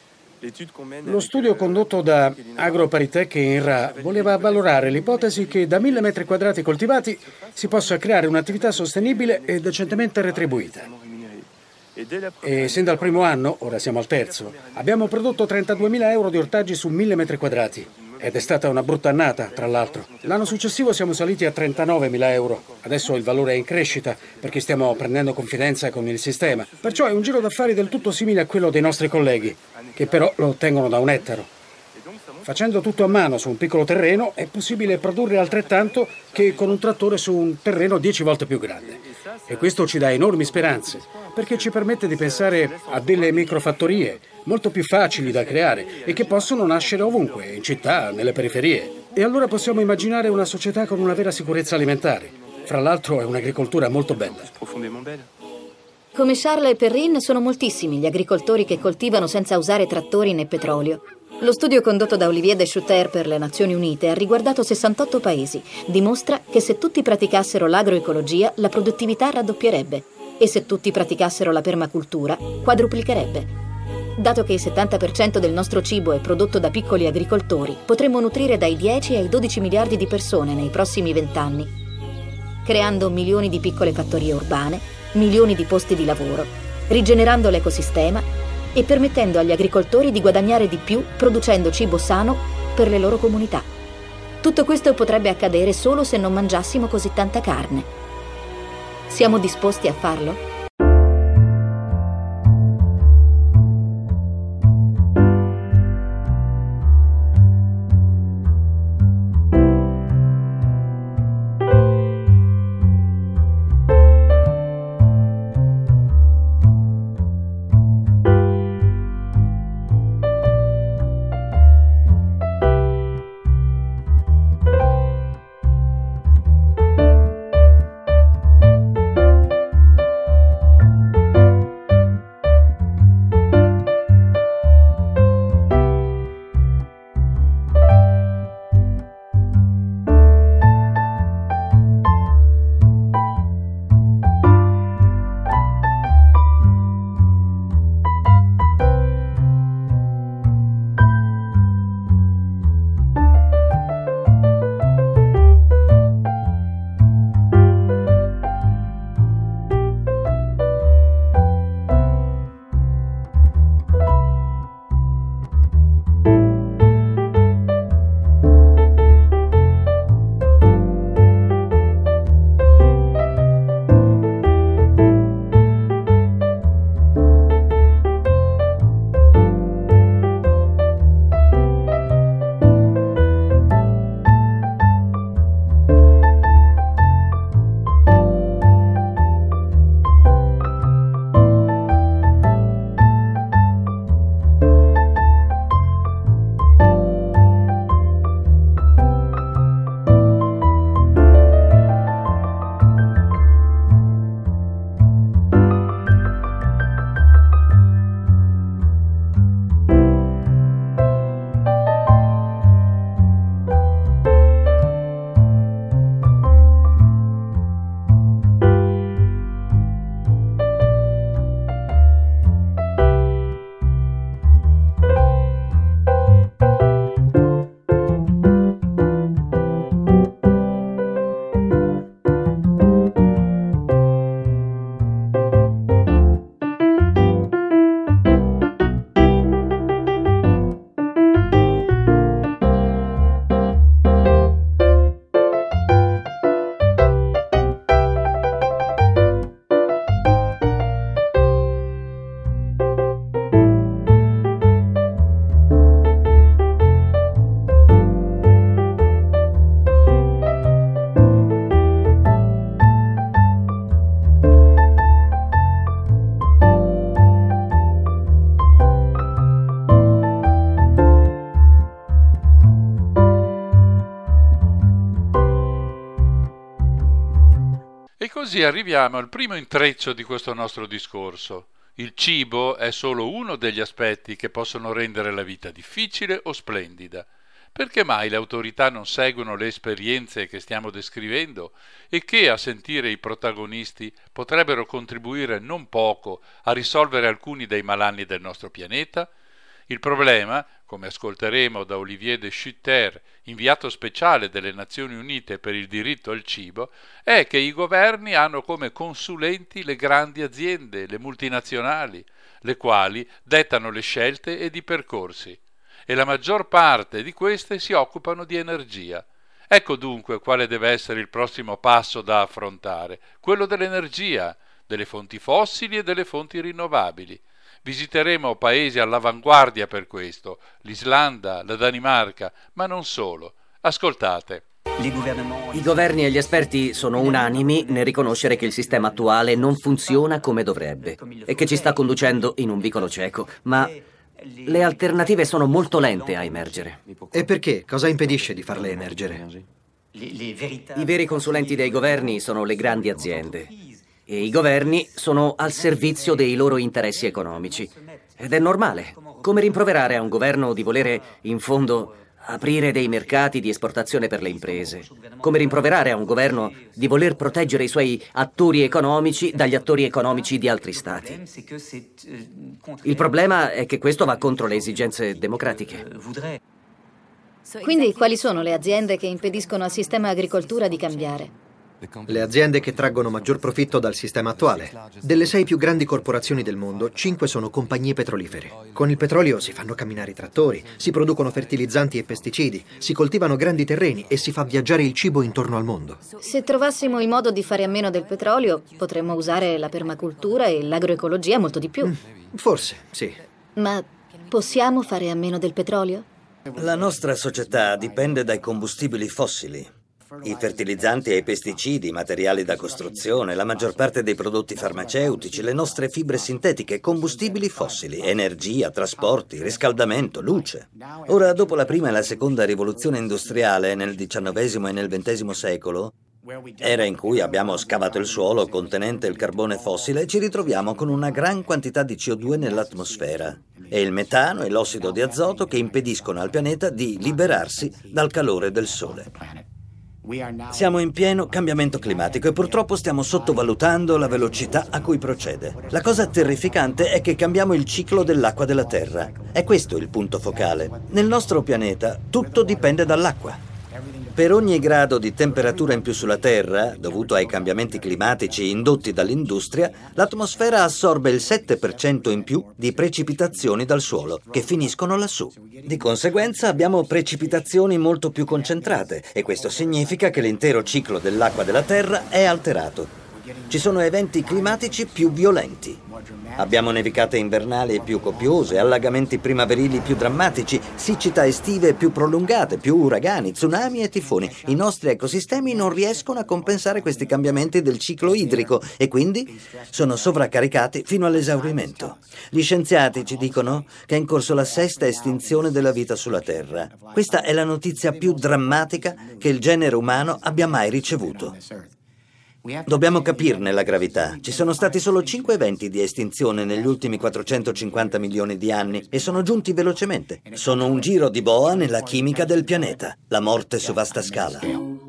Lo studio condotto da AgroParisTech in INRA voleva valorare l'ipotesi che da 1000 metri quadrati coltivati si possa creare un'attività sostenibile e decentemente retribuita. E sin dal primo anno, ora siamo al terzo, abbiamo prodotto 32.000 euro di ortaggi su 1000 metri quadrati. Ed è stata una brutta annata, tra l'altro. L'anno successivo siamo saliti a 39.000 euro. Adesso il valore è in crescita, perché stiamo prendendo confidenza con il sistema. Perciò è un giro d'affari del tutto simile a quello dei nostri colleghi, che però lo ottengono da un ettaro. Facendo tutto a mano su un piccolo terreno è possibile produrre altrettanto che con un trattore su un terreno 10 volte più grande. E questo ci dà enormi speranze, perché ci permette di pensare a delle microfattorie molto più facili da creare e che possono nascere ovunque, in città, nelle periferie. E allora possiamo immaginare una società con una vera sicurezza alimentare. Fra l'altro è un'agricoltura molto bella. Come Charles e Perrine sono moltissimi gli agricoltori che coltivano senza usare trattori né petrolio. Lo studio condotto da Olivier de Schutter per le Nazioni Unite ha riguardato 68 paesi. Dimostra che se tutti praticassero l'agroecologia, la produttività raddoppierebbe e se tutti praticassero la permacultura, quadruplicherebbe. Dato che il 70% del nostro cibo è prodotto da piccoli agricoltori, potremmo nutrire dai 10 ai 12 miliardi di persone nei prossimi 20 anni, creando milioni di piccole fattorie urbane, milioni di posti di lavoro, rigenerando l'ecosistema e permettendo agli agricoltori di guadagnare di più producendo cibo sano per le loro comunità. Tutto questo potrebbe accadere solo se non mangiassimo così tanta carne. Siamo disposti a farlo? così arriviamo al primo intreccio di questo nostro discorso. Il cibo è solo uno degli aspetti che possono rendere la vita difficile o splendida. Perché mai le autorità non seguono le esperienze che stiamo descrivendo e che, a sentire i protagonisti, potrebbero contribuire non poco a risolvere alcuni dei malanni del nostro pianeta? Il problema, come ascolteremo da Olivier de Schutter, inviato speciale delle Nazioni Unite per il diritto al cibo, è che i governi hanno come consulenti le grandi aziende, le multinazionali, le quali dettano le scelte ed i percorsi, e la maggior parte di queste si occupano di energia. Ecco dunque quale deve essere il prossimo passo da affrontare, quello dell'energia, delle fonti fossili e delle fonti rinnovabili. Visiteremo paesi all'avanguardia per questo, l'Islanda, la Danimarca, ma non solo. Ascoltate. I governi e gli esperti sono unanimi nel riconoscere che il sistema attuale non funziona come dovrebbe e che ci sta conducendo in un vicolo cieco, ma le alternative sono molto lente a emergere. E perché? Cosa impedisce di farle emergere? I veri consulenti dei governi sono le grandi aziende. E i governi sono al servizio dei loro interessi economici. Ed è normale. Come rimproverare a un governo di volere, in fondo, aprire dei mercati di esportazione per le imprese? Come rimproverare a un governo di voler proteggere i suoi attori economici dagli attori economici di altri stati? Il problema è che questo va contro le esigenze democratiche. Quindi quali sono le aziende che impediscono al sistema agricoltura di cambiare? Le aziende che traggono maggior profitto dal sistema attuale. Delle 6 più grandi corporazioni del mondo, 5 sono compagnie petrolifere. Con il petrolio si fanno camminare i trattori, si producono fertilizzanti e pesticidi, si coltivano grandi terreni e si fa viaggiare il cibo intorno al mondo. Se trovassimo il modo di fare a meno del petrolio, potremmo usare la permacultura e l'agroecologia molto di più. Forse, sì. Ma possiamo fare a meno del petrolio? La nostra società dipende dai combustibili fossili. I fertilizzanti e i pesticidi, i materiali da costruzione, la maggior parte dei prodotti farmaceutici, le nostre fibre sintetiche, combustibili fossili, energia, trasporti, riscaldamento, luce. Ora, dopo la prima e la seconda rivoluzione industriale nel XIX e nel XX secolo, era in cui abbiamo scavato il suolo contenente il carbone fossile, ci ritroviamo con una gran quantità di CO2 nell'atmosfera e il metano e l'ossido di azoto che impediscono al pianeta di liberarsi dal calore del sole. Siamo in pieno cambiamento climatico e purtroppo stiamo sottovalutando la velocità a cui procede. La cosa terrificante è che cambiamo il ciclo dell'acqua della Terra. È questo il punto focale. Nel nostro pianeta tutto dipende dall'acqua. Per ogni grado di temperatura in più sulla Terra, dovuto ai cambiamenti climatici indotti dall'industria, l'atmosfera assorbe il 7% in più di precipitazioni dal suolo, che finiscono lassù. Di conseguenza abbiamo precipitazioni molto più concentrate e questo significa che l'intero ciclo dell'acqua della Terra è alterato. Ci sono eventi climatici più violenti. Abbiamo nevicate invernali più copiose, allagamenti primaverili più drammatici, siccità estive più prolungate, più uragani, tsunami e tifoni. I nostri ecosistemi non riescono a compensare questi cambiamenti del ciclo idrico e quindi sono sovraccaricati fino all'esaurimento. Gli scienziati ci dicono che è in corso la 6ª estinzione della vita sulla Terra. Questa è la notizia più drammatica che il genere umano abbia mai ricevuto. Dobbiamo capirne la gravità. Ci sono stati solo 5 eventi di estinzione negli ultimi 450 milioni di anni e sono giunti velocemente. Sono un giro di boa nella chimica del pianeta. La morte su vasta scala.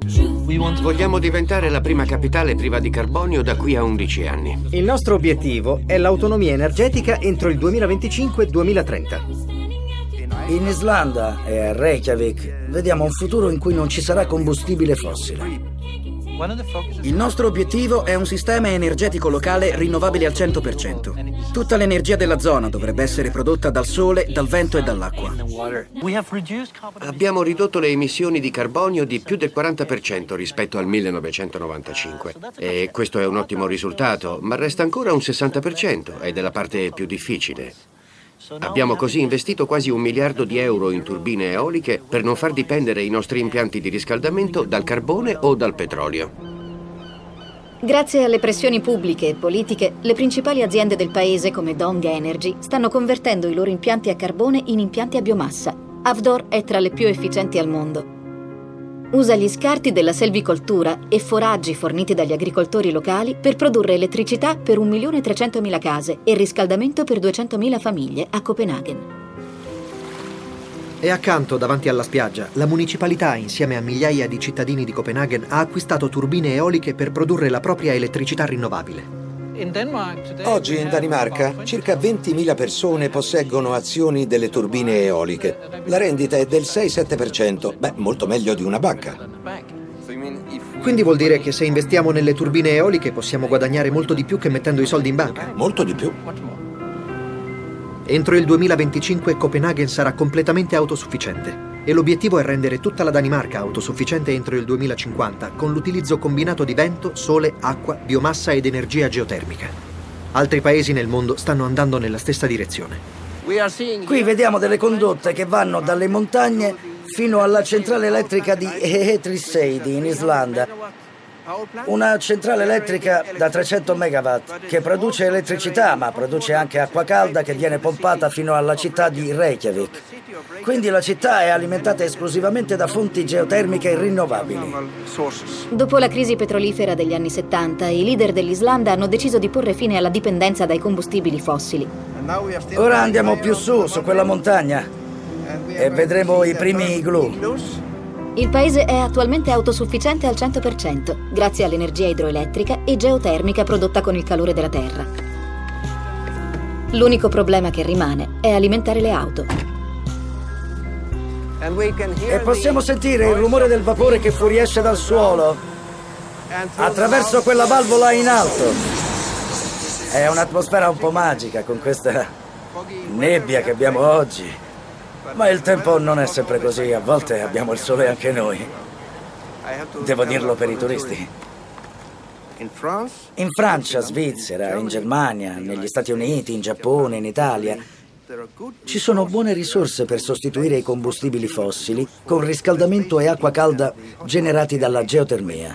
Vogliamo diventare la prima capitale priva di carbonio da qui a 11 anni. Il nostro obiettivo è l'autonomia energetica entro il 2025-2030. In Islanda e a Reykjavik vediamo un futuro in cui non ci sarà combustibile fossile. Il nostro obiettivo è un sistema energetico locale rinnovabile al 100%. Tutta l'energia della zona dovrebbe essere prodotta dal sole, dal vento e dall'acqua. Abbiamo ridotto le emissioni di carbonio di più del 40% rispetto al 1995. E questo è un ottimo risultato, ma resta ancora un 60% ed è la parte più difficile. Abbiamo così investito quasi 1 miliardo di euro in turbine eoliche per non far dipendere i nostri impianti di riscaldamento dal carbone o dal petrolio. Grazie alle pressioni pubbliche e politiche, le principali aziende del paese come Dong Energy stanno convertendo i loro impianti a carbone in impianti a biomassa. Avdor è tra le più efficienti al mondo. Usa gli scarti della selvicoltura e foraggi forniti dagli agricoltori locali per produrre elettricità per 1.300.000 case e riscaldamento per 200.000 famiglie a Copenaghen. E accanto, davanti alla spiaggia, la municipalità, insieme a migliaia di cittadini di Copenaghen, ha acquistato turbine eoliche per produrre la propria elettricità rinnovabile. Oggi in Danimarca circa 20.000 persone posseggono azioni delle turbine eoliche. La rendita è del 6-7%, molto meglio di una banca. Quindi vuol dire che se investiamo nelle turbine eoliche possiamo guadagnare molto di più che mettendo i soldi in banca? Molto di più. Entro il 2025 Copenaghen sarà completamente autosufficiente e l'obiettivo è rendere tutta la Danimarca autosufficiente entro il 2050 con l'utilizzo combinato di vento, sole, acqua, biomassa ed energia geotermica. Altri paesi nel mondo stanno andando nella stessa direzione. Qui vediamo delle condotte che vanno dalle montagne fino alla centrale elettrica di Heetrisseidi in Islanda. Una centrale elettrica da 300 megawatt che produce elettricità, ma produce anche acqua calda che viene pompata fino alla città di Reykjavik. Quindi la città è alimentata esclusivamente da fonti geotermiche rinnovabili. Dopo la crisi petrolifera degli anni 70, i leader dell'Islanda hanno deciso di porre fine alla dipendenza dai combustibili fossili. Ora andiamo più su quella montagna e vedremo i primi igloo. Il paese è attualmente autosufficiente al 100%, grazie all'energia idroelettrica e geotermica prodotta con il calore della terra. L'unico problema che rimane è alimentare le auto. E possiamo sentire il rumore del vapore che fuoriesce dal suolo attraverso quella valvola in alto. È un'atmosfera un po' magica con questa nebbia che abbiamo oggi. Ma il tempo non è sempre così, a volte abbiamo il sole anche noi. Devo dirlo per i turisti. In Francia, Svizzera, in Germania, negli Stati Uniti, in Giappone, in Italia, ci sono buone risorse per sostituire i combustibili fossili con riscaldamento e acqua calda generati dalla geotermia.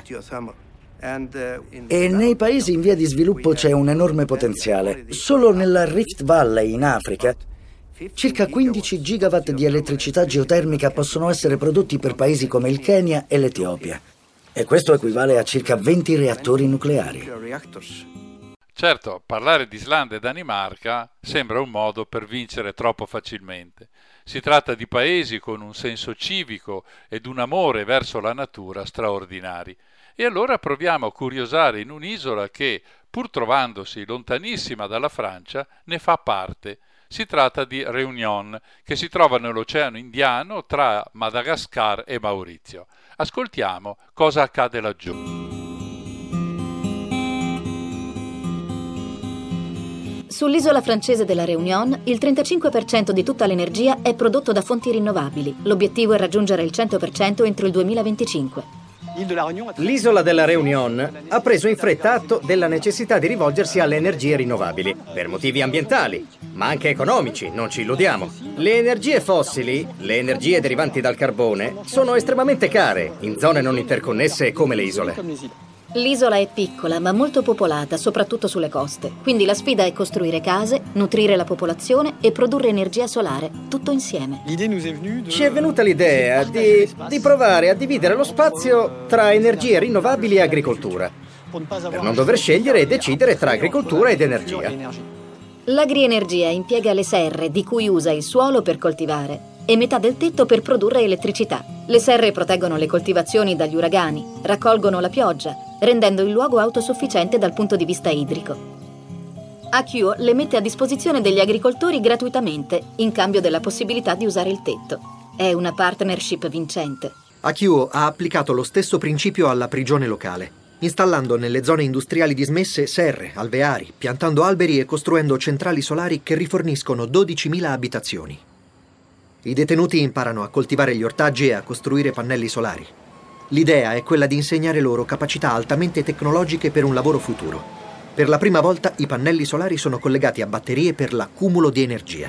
E nei paesi in via di sviluppo c'è un enorme potenziale. Solo nella Rift Valley, in Africa, circa 15 gigawatt di elettricità geotermica possono essere prodotti per paesi come il Kenya e l'Etiopia. E questo equivale a circa 20 reattori nucleari. Certo, parlare di Islanda e Danimarca sembra un modo per vincere troppo facilmente. Si tratta di paesi con un senso civico ed un amore verso la natura straordinari. E allora proviamo a curiosare in un'isola che, pur trovandosi lontanissima dalla Francia, ne fa parte. Si tratta di Réunion, che si trova nell'Oceano Indiano tra Madagascar e Maurizio. Ascoltiamo cosa accade laggiù. Sull'isola francese della Réunion, il 35% di tutta l'energia è prodotto da fonti rinnovabili. L'obiettivo è raggiungere il 100% entro il 2025. L'isola della Réunion ha preso in fretta atto della necessità di rivolgersi alle energie rinnovabili, per motivi ambientali, ma anche economici, non ci illudiamo. Le energie fossili, le energie derivanti dal carbone, sono estremamente care in zone non interconnesse come le isole. L'isola è piccola ma molto popolata, soprattutto sulle coste. Quindi la sfida è costruire case, nutrire la popolazione e produrre energia solare, tutto insieme. Ci è venuta l'idea di provare a dividere lo spazio tra energie rinnovabili e agricoltura, per non dover scegliere e decidere tra agricoltura ed energia. L'agrienergia impiega le serre, di cui usa il suolo per coltivare, e metà del tetto per produrre elettricità. Le serre proteggono le coltivazioni dagli uragani, raccolgono la pioggia, rendendo il luogo autosufficiente dal punto di vista idrico. Akio le mette a disposizione degli agricoltori gratuitamente, in cambio della possibilità di usare il tetto. È una partnership vincente. Akio ha applicato lo stesso principio alla prigione locale, installando nelle zone industriali dismesse serre, alveari, piantando alberi e costruendo centrali solari che riforniscono 12.000 abitazioni. I detenuti imparano a coltivare gli ortaggi e a costruire pannelli solari. L'idea è quella di insegnare loro capacità altamente tecnologiche per un lavoro futuro. Per la prima volta i pannelli solari sono collegati a batterie per l'accumulo di energia.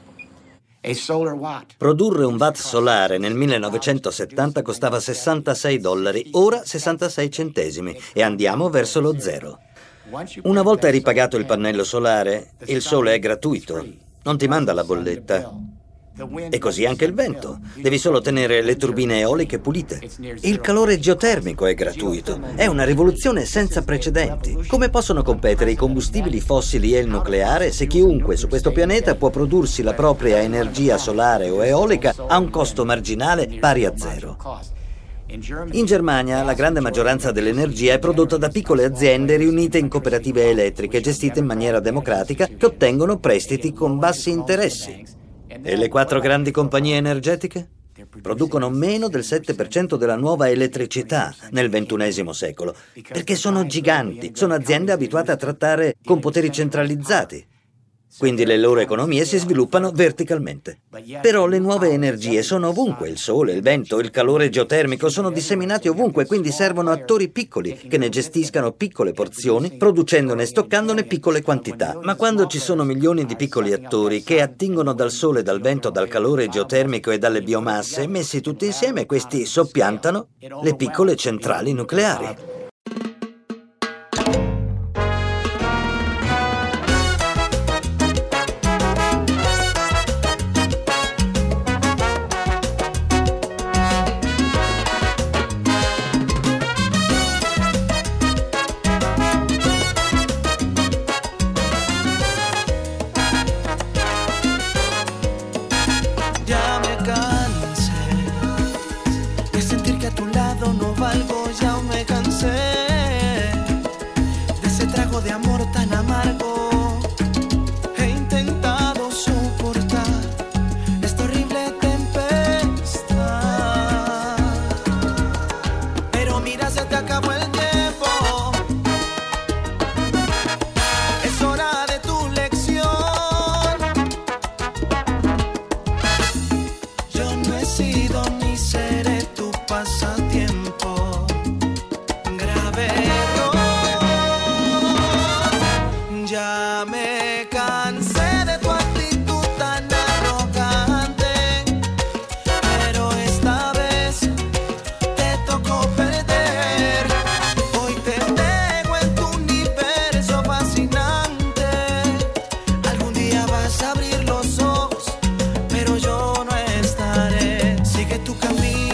Produrre un watt solare nel 1970 costava $66, ora 66 centesimi e andiamo verso lo zero. Una volta ripagato il pannello solare, il sole è gratuito, non ti manda la bolletta. E così anche il vento. Devi solo tenere le turbine eoliche pulite. Il calore geotermico è gratuito. È una rivoluzione senza precedenti. Come possono competere i combustibili fossili e il nucleare se chiunque su questo pianeta può prodursi la propria energia solare o eolica a un costo marginale pari a zero? In Germania la grande maggioranza dell'energia è prodotta da piccole aziende riunite in cooperative elettriche gestite in maniera democratica che ottengono prestiti con bassi interessi. E le 4 grandi compagnie energetiche? Producono meno del 7% della nuova elettricità nel XXI secolo, perché sono giganti, sono aziende abituate a trattare con poteri centralizzati. Quindi le loro economie si sviluppano verticalmente. Però le nuove energie sono ovunque, il sole, il vento, il calore geotermico sono disseminati ovunque, quindi servono attori piccoli che ne gestiscano piccole porzioni, producendone e stoccandone piccole quantità. Ma quando ci sono milioni di piccoli attori che attingono dal sole, dal vento, dal calore geotermico e dalle biomasse, messi tutti insieme, questi soppiantano le piccole centrali nucleari. Abrir los ojos, pero yo no estaré. Sigue tu camino.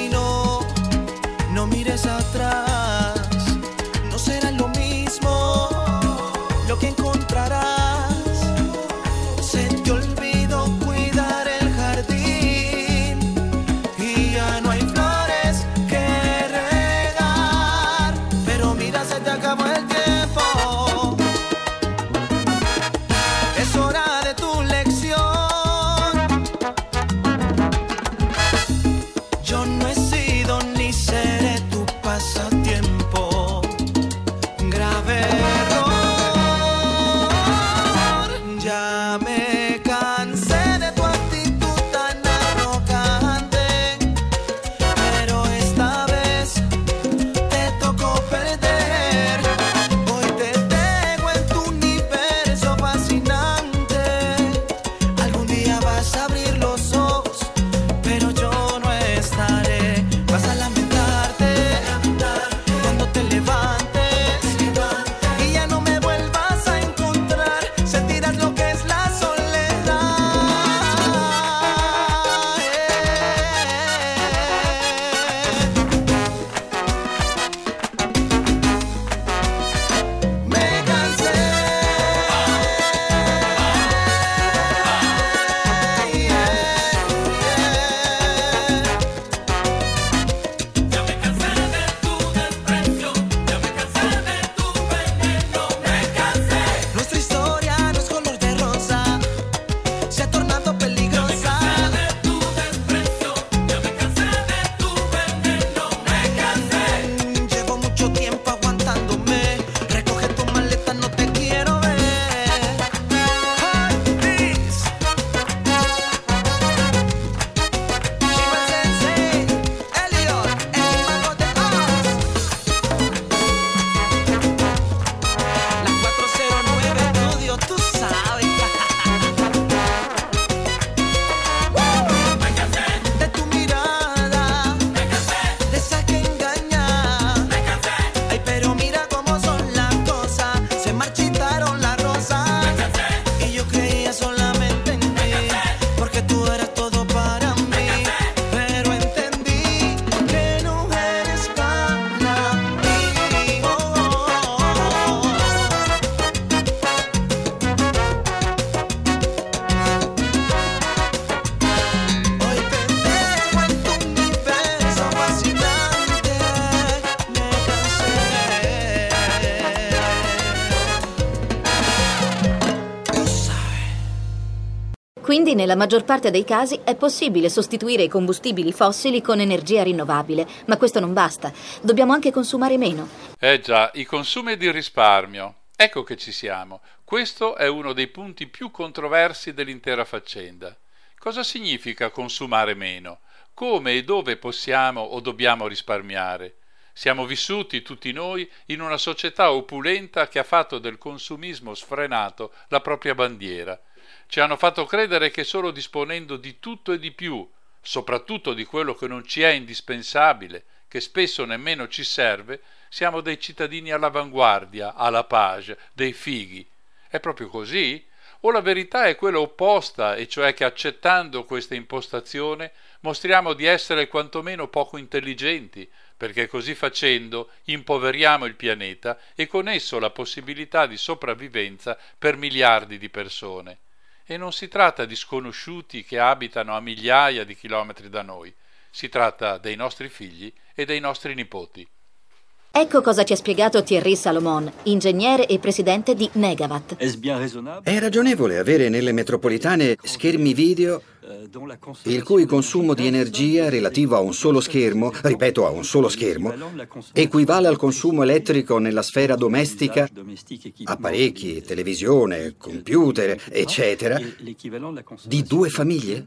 Infatti, nella maggior parte dei casi è possibile sostituire i combustibili fossili con energia rinnovabile, ma questo non basta. Dobbiamo anche consumare meno. Già, i consumi ed il risparmio. Ecco che ci siamo. Questo è uno dei punti più controversi dell'intera faccenda. Cosa significa consumare meno? Come e dove possiamo o dobbiamo risparmiare? Siamo vissuti tutti noi in una società opulenta che ha fatto del consumismo sfrenato la propria bandiera. Ci hanno fatto credere che solo disponendo di tutto e di più, soprattutto di quello che non ci è indispensabile, che spesso nemmeno ci serve, siamo dei cittadini all'avanguardia, alla page, dei fighi. È proprio così? O la verità è quella opposta, e cioè che accettando questa impostazione mostriamo di essere quantomeno poco intelligenti, perché così facendo impoveriamo il pianeta e con esso la possibilità di sopravvivenza per miliardi di persone. E non si tratta di sconosciuti che abitano a migliaia di chilometri da noi, si tratta dei nostri figli e dei nostri nipoti. Ecco cosa ci ha spiegato Thierry Salomon, ingegnere e presidente di Negawatt. È ragionevole avere nelle metropolitane schermi video il cui consumo di energia relativo a un solo schermo, ripeto a un solo schermo, equivale al consumo elettrico nella sfera domestica, apparecchi, televisione, computer, eccetera, di 2 famiglie?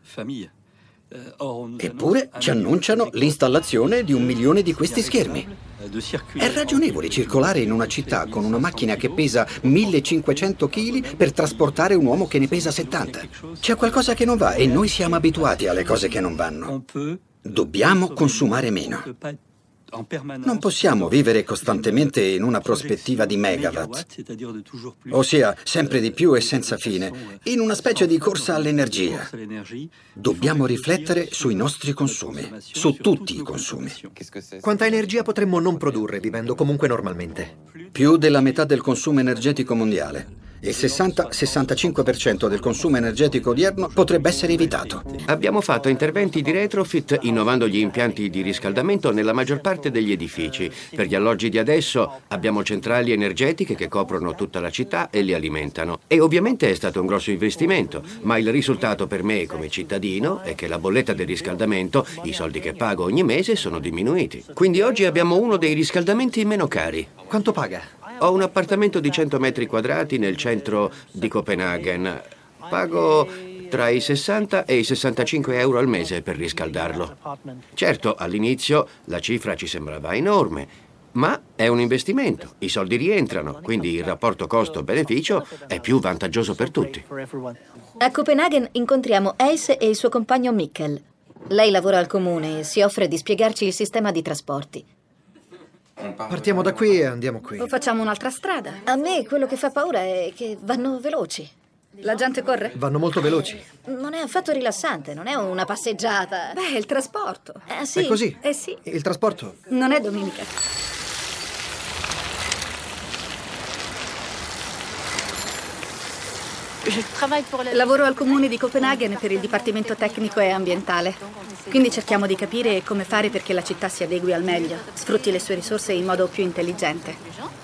Eppure ci annunciano l'installazione di 1 milione di questi schermi. È ragionevole circolare in una città con una macchina che pesa 1500 kg per trasportare un uomo che ne pesa 70. C'è qualcosa che non va e noi siamo abituati alle cose che non vanno. Dobbiamo consumare meno. Non possiamo vivere costantemente in una prospettiva di megawatt, ossia sempre di più e senza fine, in una specie di corsa all'energia. Dobbiamo riflettere sui nostri consumi, su tutti i consumi. Quanta energia potremmo non produrre vivendo comunque normalmente? Più della metà del consumo energetico mondiale. Il 60-65% del consumo energetico odierno potrebbe essere evitato. Abbiamo fatto interventi di retrofit innovando gli impianti di riscaldamento nella maggior parte degli edifici. Per gli alloggi di adesso abbiamo centrali energetiche che coprono tutta la città e li alimentano. E ovviamente è stato un grosso investimento, ma il risultato per me come cittadino è che la bolletta del riscaldamento, i soldi che pago ogni mese, sono diminuiti. Quindi oggi abbiamo uno dei riscaldamenti meno cari. Quanto paga? Ho un appartamento di 100 metri quadrati nel centro di Copenaghen. Pago tra i 60 e i 65 euro al mese per riscaldarlo. Certo, all'inizio la cifra ci sembrava enorme, ma è un investimento. I soldi rientrano, quindi il rapporto costo-beneficio è più vantaggioso per tutti. A Copenaghen incontriamo Ace e il suo compagno Mikkel. Lei lavora al comune e si offre di spiegarci il sistema di trasporti. Partiamo da qui e andiamo qui. O facciamo un'altra strada? A me quello che fa paura è che vanno veloci. La gente corre? Vanno molto veloci. Non è affatto rilassante, non è una passeggiata. Beh, è il trasporto. Sì. È così? Sì. Il trasporto? Non è domenica. Lavoro al comune di Copenaghen per il Dipartimento Tecnico e Ambientale. Quindi cerchiamo di capire come fare perché la città si adegui al meglio, sfrutti le sue risorse in modo più intelligente.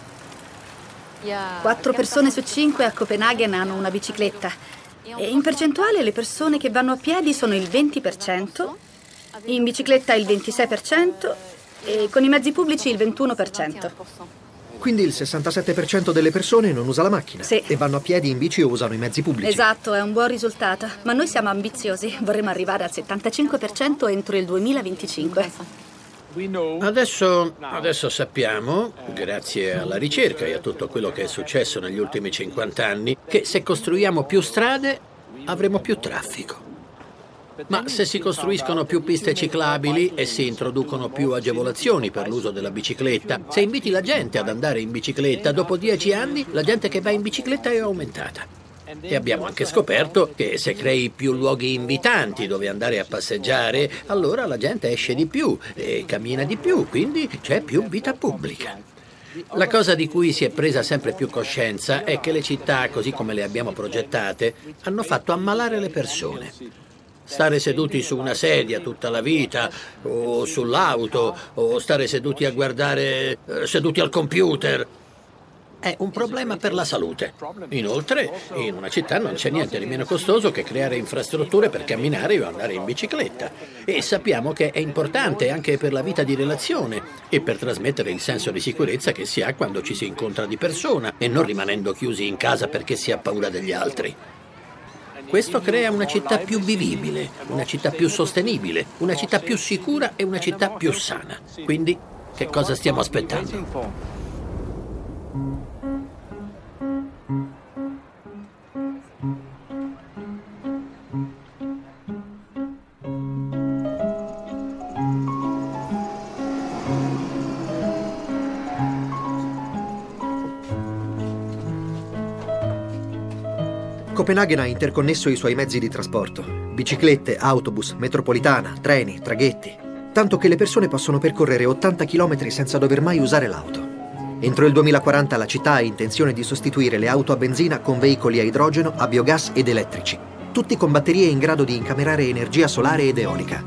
4 persone su 5 a Copenaghen hanno una bicicletta e in percentuale le persone che vanno a piedi sono il 20%, in bicicletta il 26% e con i mezzi pubblici il 21%. Quindi il 67% delle persone non usa la macchina. Sì. E vanno a piedi, in bici o usano i mezzi pubblici. Esatto, è un buon risultato. Ma noi siamo ambiziosi. Vorremmo arrivare al 75% entro il 2025. Adesso sappiamo, grazie alla ricerca e a tutto quello che è successo negli ultimi 50 anni, che se costruiamo più strade avremo più traffico. Ma se si costruiscono più piste ciclabili e si introducono più agevolazioni per l'uso della bicicletta, se inviti la gente ad andare in bicicletta, dopo 10 anni la gente che va in bicicletta è aumentata. E abbiamo anche scoperto che se crei più luoghi invitanti dove andare a passeggiare, allora la gente esce di più e cammina di più, quindi c'è più vita pubblica. La cosa di cui si è presa sempre più coscienza è che le città, così come le abbiamo progettate, hanno fatto ammalare le persone. Stare seduti su una sedia tutta la vita, o sull'auto, o stare seduti a guardare, seduti al computer. è un problema per la salute. Inoltre, in una città non c'è niente di meno costoso che creare infrastrutture per camminare o andare in bicicletta. E sappiamo che è importante anche per la vita di relazione e per trasmettere il senso di sicurezza che si ha quando ci si incontra di persona e non rimanendo chiusi in casa perché si ha paura degli altri. Questo crea una città più vivibile, una città più sostenibile, una città più sicura e una città più sana. Quindi, che cosa stiamo aspettando? Copenaghen ha interconnesso i suoi mezzi di trasporto: biciclette, autobus, metropolitana, treni, traghetti, tanto che le persone possono percorrere 80 km senza dover mai usare l'auto. Entro il 2040 la città ha intenzione di sostituire le auto a benzina con veicoli a idrogeno, a biogas ed elettrici, tutti con batterie in grado di incamerare energia solare ed eolica.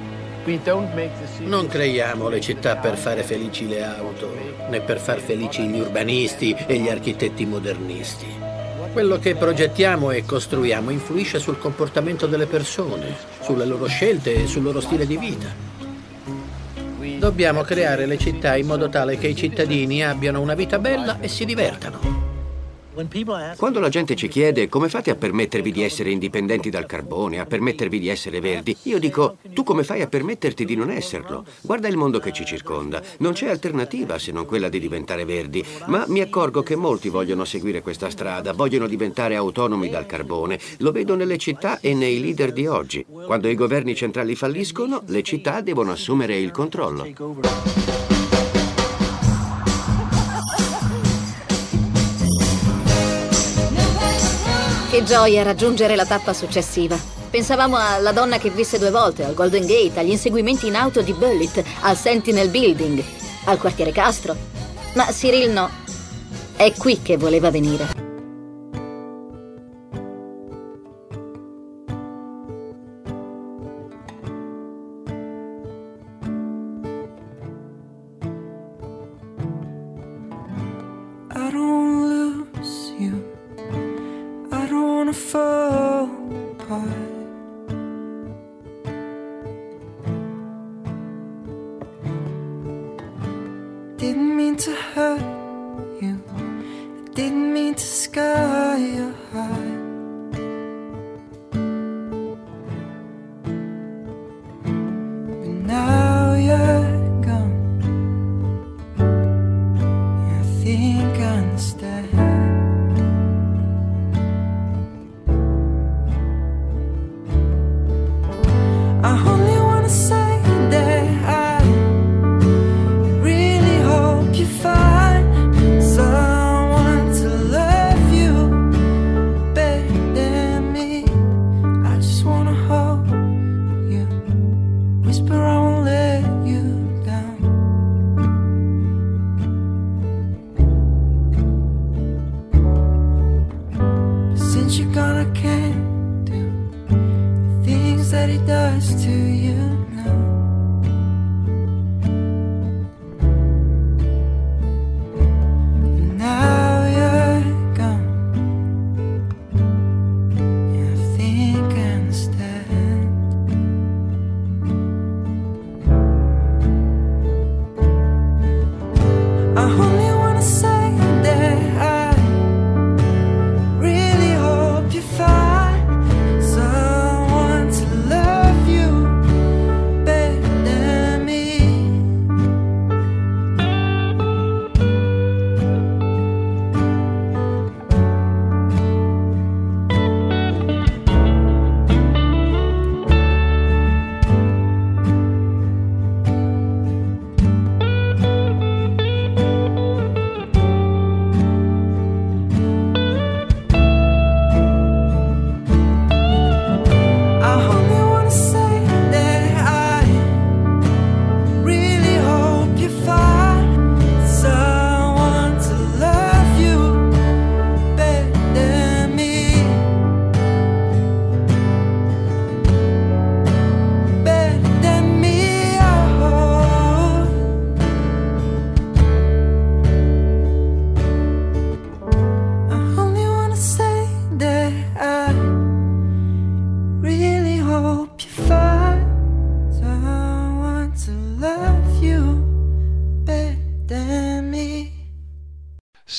Non creiamo le città per fare felici le auto, né per far felici gli urbanisti e gli architetti modernisti. Quello che progettiamo e costruiamo influisce sul comportamento delle persone, sulle loro scelte e sul loro stile di vita. Dobbiamo creare le città in modo tale che i cittadini abbiano una vita bella e si divertano. Quando la gente ci chiede come fate a permettervi di essere indipendenti dal carbone, a permettervi di essere verdi, io dico, tu come fai a permetterti di non esserlo? Guarda il mondo che ci circonda, non c'è alternativa se non quella di diventare verdi, ma mi accorgo che molti vogliono seguire questa strada, vogliono diventare autonomi dal carbone. Lo vedo nelle città e nei leader di oggi. Quando i governi centrali falliscono, le città devono assumere il controllo. Che gioia raggiungere la tappa successiva. Pensavamo alla donna che visse 2 volte, al Golden Gate, agli inseguimenti in auto di Bullitt, al Sentinel Building, al quartiere Castro. Ma Cyril no. È qui che voleva venire. Didn't mean to hurt you. I didn't mean to sky you high. But now you're gone. I think I understand. I only wanna say that I really hope you find someone to love you better than me. I just wanna hold you, whisper I won't let you down. But since you're gone I can't do the things that he does to you now. Now you're gone. Yeah, I think I understand. I only wanna say that I really hope you find someone to love you better than me.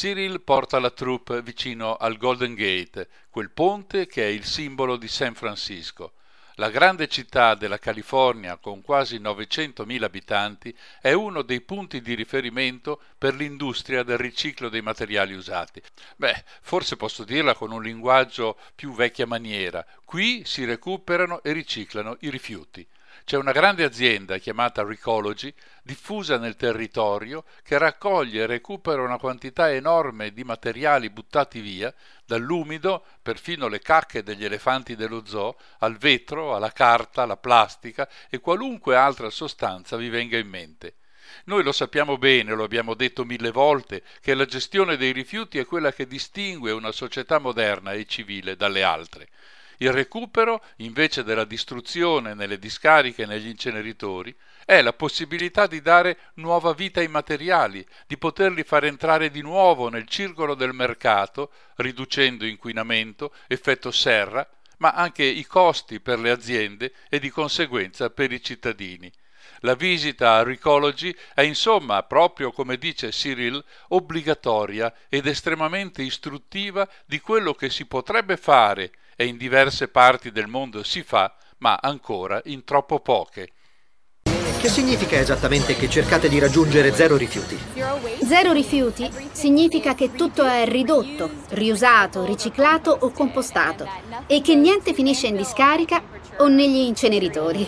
Cyril porta la troupe vicino al Golden Gate, quel ponte che è il simbolo di San Francisco. La grande città della California, con quasi 900.000 abitanti, è uno dei punti di riferimento per l'industria del riciclo dei materiali usati. Forse posso dirla con un linguaggio più vecchia maniera. Qui si recuperano e riciclano i rifiuti. C'è una grande azienda chiamata Recology, diffusa nel territorio, che raccoglie e recupera una quantità enorme di materiali buttati via, dall'umido, perfino le cacche degli elefanti dello zoo, al vetro, alla carta, alla plastica e qualunque altra sostanza vi venga in mente. Noi lo sappiamo bene, lo abbiamo detto 1000 volte, che la gestione dei rifiuti è quella che distingue una società moderna e civile dalle altre. Il recupero, invece della distruzione nelle discariche e negli inceneritori, è la possibilità di dare nuova vita ai materiali, di poterli far entrare di nuovo nel circolo del mercato, riducendo inquinamento, effetto serra, ma anche i costi per le aziende e di conseguenza per i cittadini. La visita a Recology è insomma, proprio come dice Cyril, obbligatoria ed estremamente istruttiva di quello che si potrebbe fare e in diverse parti del mondo si fa, ma ancora in troppo poche. Che significa esattamente che cercate di raggiungere zero rifiuti? Zero rifiuti significa che tutto è ridotto, riusato, riciclato o compostato e che niente finisce in discarica o negli inceneritori.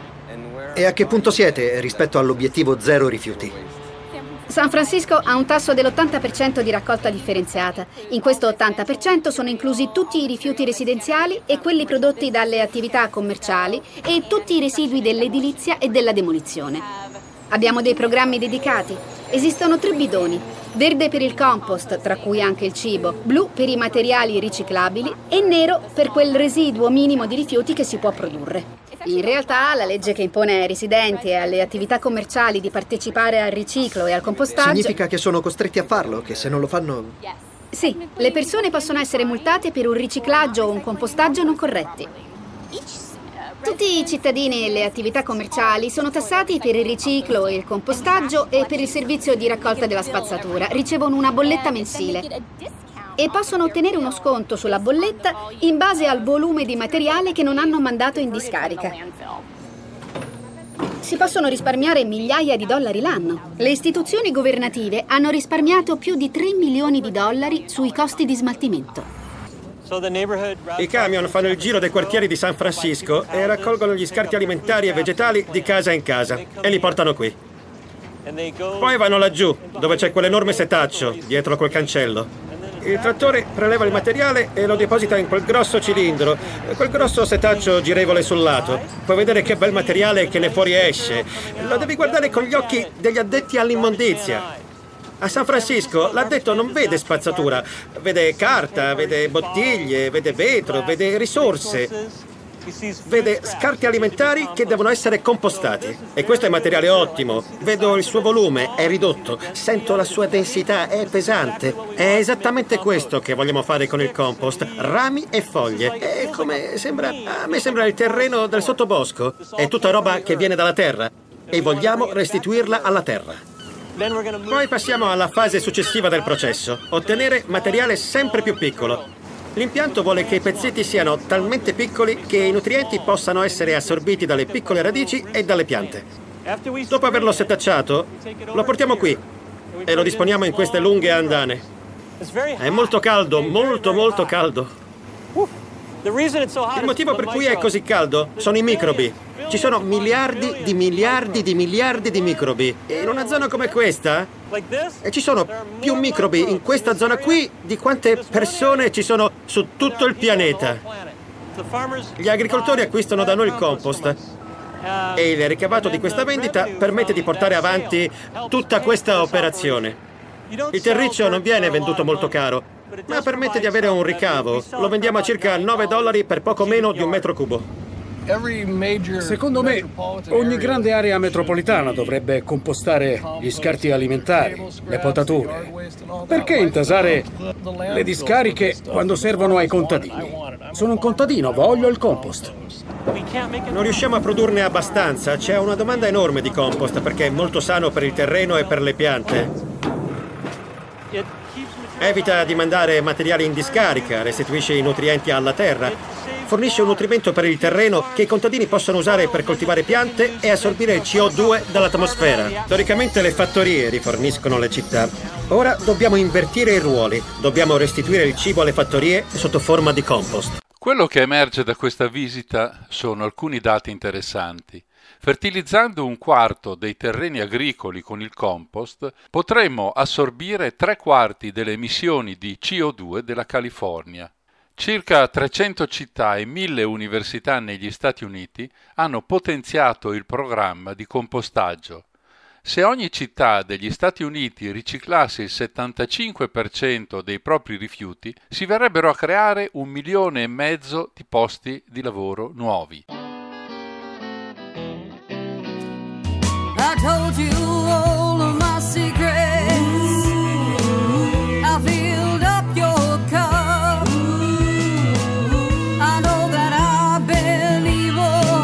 E a che punto siete rispetto all'obiettivo zero rifiuti? San Francisco ha un tasso dell'80% di raccolta differenziata. In questo 80% sono inclusi tutti i rifiuti residenziali e quelli prodotti dalle attività commerciali e tutti i residui dell'edilizia e della demolizione. Abbiamo dei programmi dedicati. Esistono 3 bidoni: verde per il compost, tra cui anche il cibo, blu per i materiali riciclabili e nero per quel residuo minimo di rifiuti che si può produrre. In realtà la legge che impone ai residenti e alle attività commerciali di partecipare al riciclo e al compostaggio... Significa che sono costretti a farlo, che se non lo fanno... Sì, le persone possono essere multate per un riciclaggio o un compostaggio non corretti. Tutti i cittadini e le attività commerciali sono tassati per il riciclo e il compostaggio e per il servizio di raccolta della spazzatura. Ricevono una bolletta mensile e possono ottenere uno sconto sulla bolletta in base al volume di materiale che non hanno mandato in discarica. Si possono risparmiare migliaia di dollari l'anno. Le istituzioni governative hanno risparmiato più di $3 milioni sui costi di smaltimento. I camion fanno il giro dei quartieri di San Francisco e raccolgono gli scarti alimentari e vegetali di casa in casa e li portano qui. Poi vanno laggiù, dove c'è quell'enorme setaccio, dietro quel cancello. Il trattore preleva il materiale e lo deposita in quel grosso cilindro, quel grosso setaccio girevole sul lato. Puoi vedere che bel materiale che ne fuoriesce. Lo devi guardare con gli occhi degli addetti all'immondizia. A San Francisco l'addetto non vede spazzatura, vede carta, vede bottiglie, vede vetro, vede risorse. Vede scarti alimentari che devono essere compostati. E questo è materiale ottimo. Vedo il suo volume, è ridotto. Sento la sua densità, è pesante. È esattamente questo che vogliamo fare con il compost. Rami e foglie. È come sembra... A me sembra il terreno del sottobosco. È tutta roba che viene dalla terra. E vogliamo restituirla alla terra. Poi passiamo alla fase successiva del processo. Ottenere materiale sempre più piccolo. L'impianto vuole che i pezzetti siano talmente piccoli che i nutrienti possano essere assorbiti dalle piccole radici e dalle piante. Dopo averlo setacciato, lo portiamo qui e lo disponiamo in queste lunghe andane. È molto caldo, molto caldo. Il motivo per cui è così caldo sono i microbi. Ci sono miliardi di microbi. E in una zona come questa, ci sono più microbi in questa zona qui di quante persone ci sono su tutto il pianeta. Gli agricoltori acquistano da noi il compost e il ricavato di questa vendita permette di portare avanti tutta questa operazione. Il terriccio non viene venduto molto caro, ma permette di avere un ricavo. Lo vendiamo a circa $9 per poco meno di un metro cubo. Secondo me, ogni grande area metropolitana dovrebbe compostare gli scarti alimentari, le potature. Perché intasare le discariche quando servono ai contadini? Sono un contadino, voglio il compost. Non riusciamo a produrne abbastanza. C'è una domanda enorme di compost perché è molto sano per il terreno e per le piante. Evita di mandare materiali in discarica, restituisce i nutrienti alla terra, fornisce un nutrimento per il terreno che i contadini possono usare per coltivare piante e assorbire il CO2 dall'atmosfera. Storicamente le fattorie riforniscono le città. Ora dobbiamo invertire i ruoli, dobbiamo restituire il cibo alle fattorie sotto forma di compost. Quello che emerge da questa visita sono alcuni dati interessanti. Fertilizzando un quarto dei terreni agricoli con il compost, potremmo assorbire 3/4 delle emissioni di CO2 della California. Circa 300 città e 1000 università negli Stati Uniti hanno potenziato il programma di compostaggio. Se ogni città degli Stati Uniti riciclasse il 75% dei propri rifiuti, si verrebbero a creare 1,5 milioni di posti di lavoro nuovi. I told you all of my secrets. I filled up your cup. I know that I've been evil,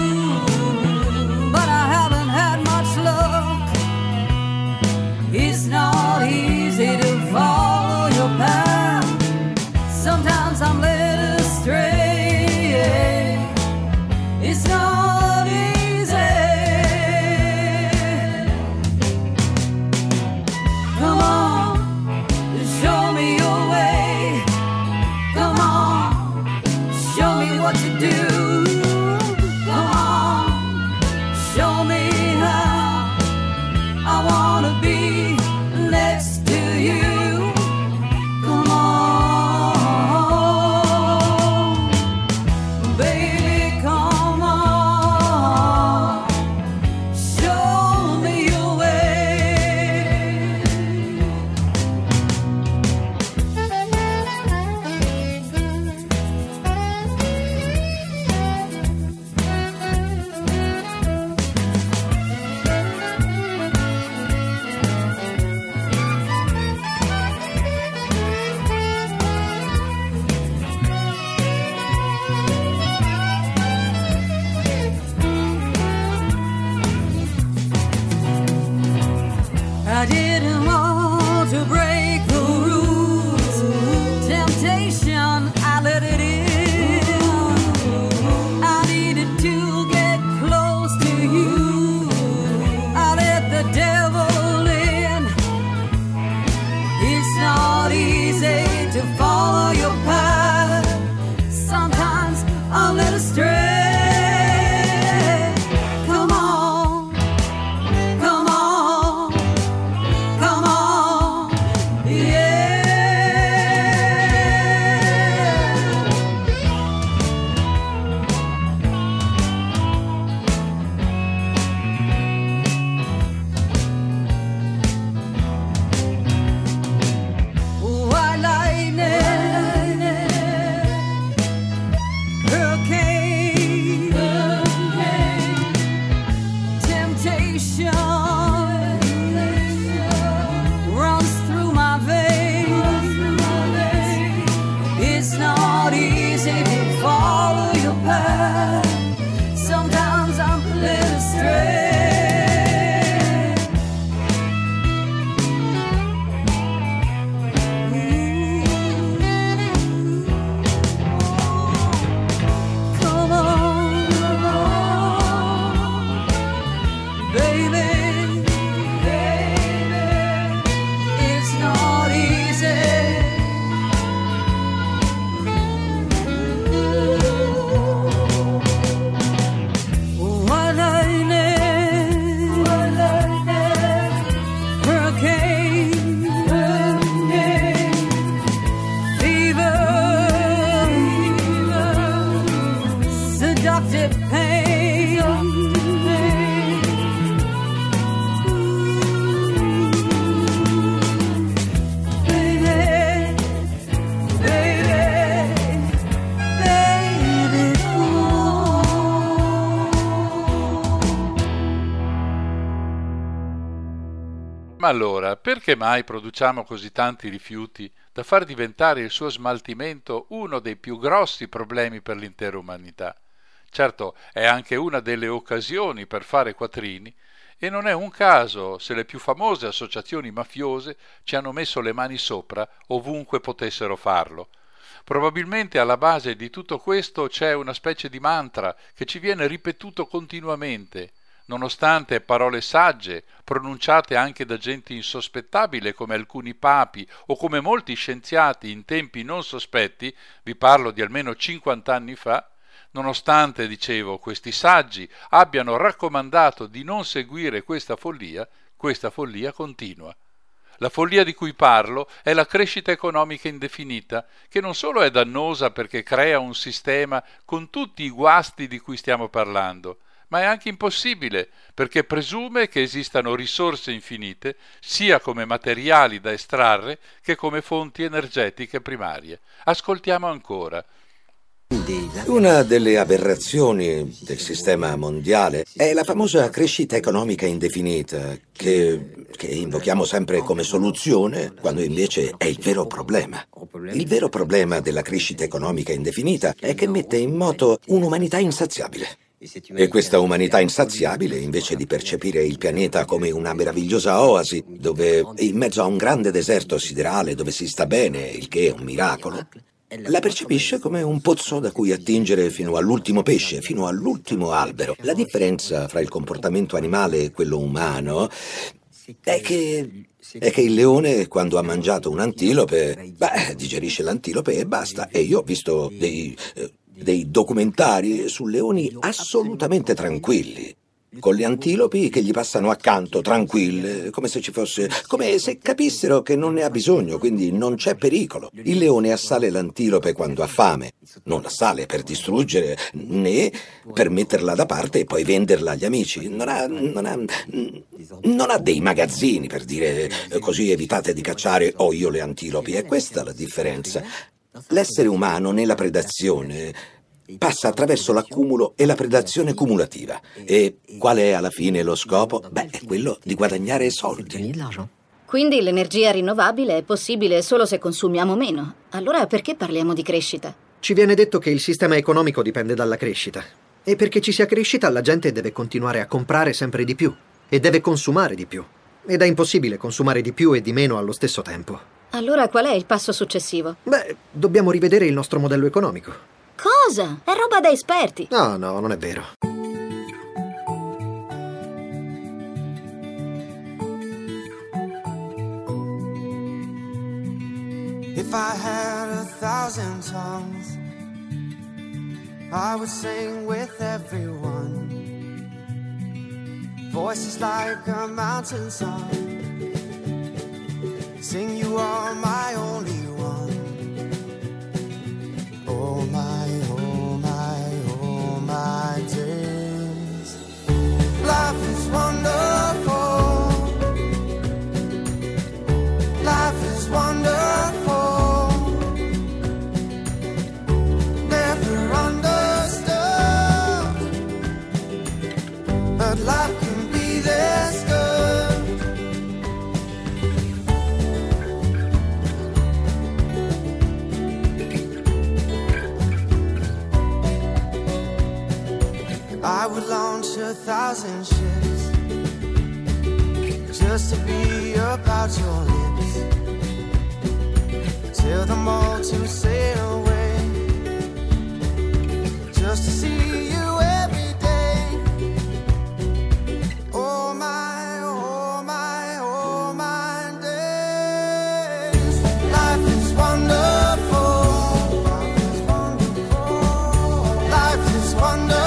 but I haven't had much luck. It's not easy to follow your path. Sometimes I'm led astray. It's not easy. Come on, show me your way. Come on, show me what to do. Come on, show me how. I wanna be next to you. Come on, baby, come on, show me your way. I didn't want to break the rules. Temptation, I let it in. I needed to get close to you. I let the devil in. It's not easy to follow your path. Sometimes I'm led astray. Come on, come on. Come on, yeah. White lightning, hurricane, temptation runs through my veins. It's not easy to follow your path. Sometimes I'm led astray. Come on, baby, baby, it's not easy. White lightning, hurricane, fever, seductive pain. Baby, baby, baby, come on. Ma allora, perché mai produciamo così tanti rifiuti da far diventare il suo smaltimento uno dei più grossi problemi per l'intera umanità? Certo, è anche una delle occasioni per fare quattrini E non è un caso se le più famose associazioni mafiose ci hanno messo le mani sopra ovunque potessero farlo. Probabilmente alla base di tutto questo c'è una specie di mantra che ci viene ripetuto continuamente, nonostante parole sagge, pronunciate anche da gente insospettabile come alcuni papi o come molti scienziati in tempi non sospetti, vi parlo di almeno 50 anni fa, nonostante, dicevo, questi saggi abbiano raccomandato di non seguire questa follia continua. La follia di cui parlo è la crescita economica indefinita, che non solo è dannosa perché crea un sistema con tutti i guasti di cui stiamo parlando, ma è anche impossibile perché presume che esistano risorse infinite sia come materiali da estrarre che come fonti energetiche primarie. Ascoltiamo ancora. Una delle aberrazioni del sistema mondiale è la famosa crescita economica indefinita, che invochiamo sempre come soluzione, quando invece è il vero problema. Il vero problema della crescita economica indefinita è che mette in moto un'umanità insaziabile. E questa umanità insaziabile, invece di percepire il pianeta come una meravigliosa oasi, dove in mezzo a un grande deserto siderale dove si sta bene, il che è un miracolo, la percepisce come un pozzo da cui attingere fino all'ultimo pesce, fino all'ultimo albero. La differenza fra il comportamento animale e quello umano è che il leone, quando ha mangiato un'antilope, digerisce l'antilope e basta. E io ho visto dei documentari su leoni assolutamente tranquilli, con le antilopi che gli passano accanto, tranquille, come se capissero che non ne ha bisogno, quindi non c'è pericolo. Il leone assale l'antilope quando ha fame, non l'assale per distruggere né per metterla da parte e poi venderla agli amici. Non ha dei magazzini per dire così evitate di cacciare ho io le antilopi. È questa la differenza. L'essere umano nella predazione passa attraverso l'accumulo e la predazione cumulativa. E qual è alla fine lo scopo? È quello di guadagnare soldi. Quindi l'energia rinnovabile è possibile solo se consumiamo meno. Allora perché parliamo di crescita? Ci viene detto che il sistema economico dipende dalla crescita. E perché ci sia crescita la gente deve continuare a comprare sempre di più e deve consumare di più. Ed è impossibile consumare di più e di meno allo stesso tempo. Allora qual è il passo successivo? Dobbiamo rivedere il nostro modello economico. Cosa? È roba da esperti. No, non è vero. If I had 1,000 tongues, I would sing with everyone. Voices like a mountain song. Sing, you are my only one. Oh my, oh my, oh my days. Life is wonderful. Life is wonderful. Never understood, but life can be this good. I would launch 1,000 ships just to be about your lips, till the multitudes sail away, just to see you every day. Oh my, oh my, oh my days. Life is wonderful. Life is wonderful.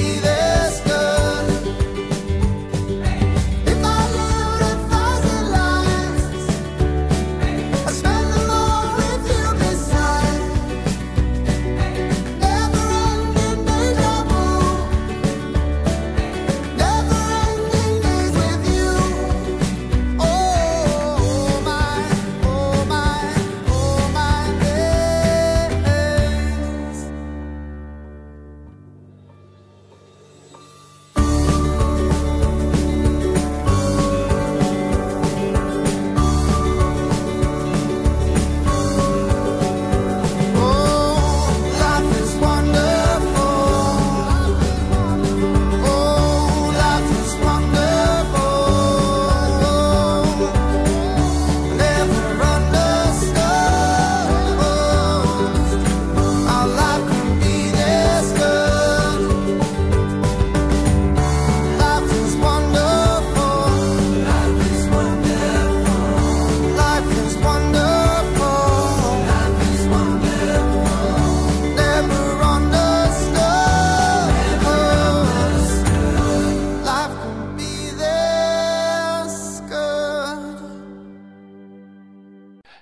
Life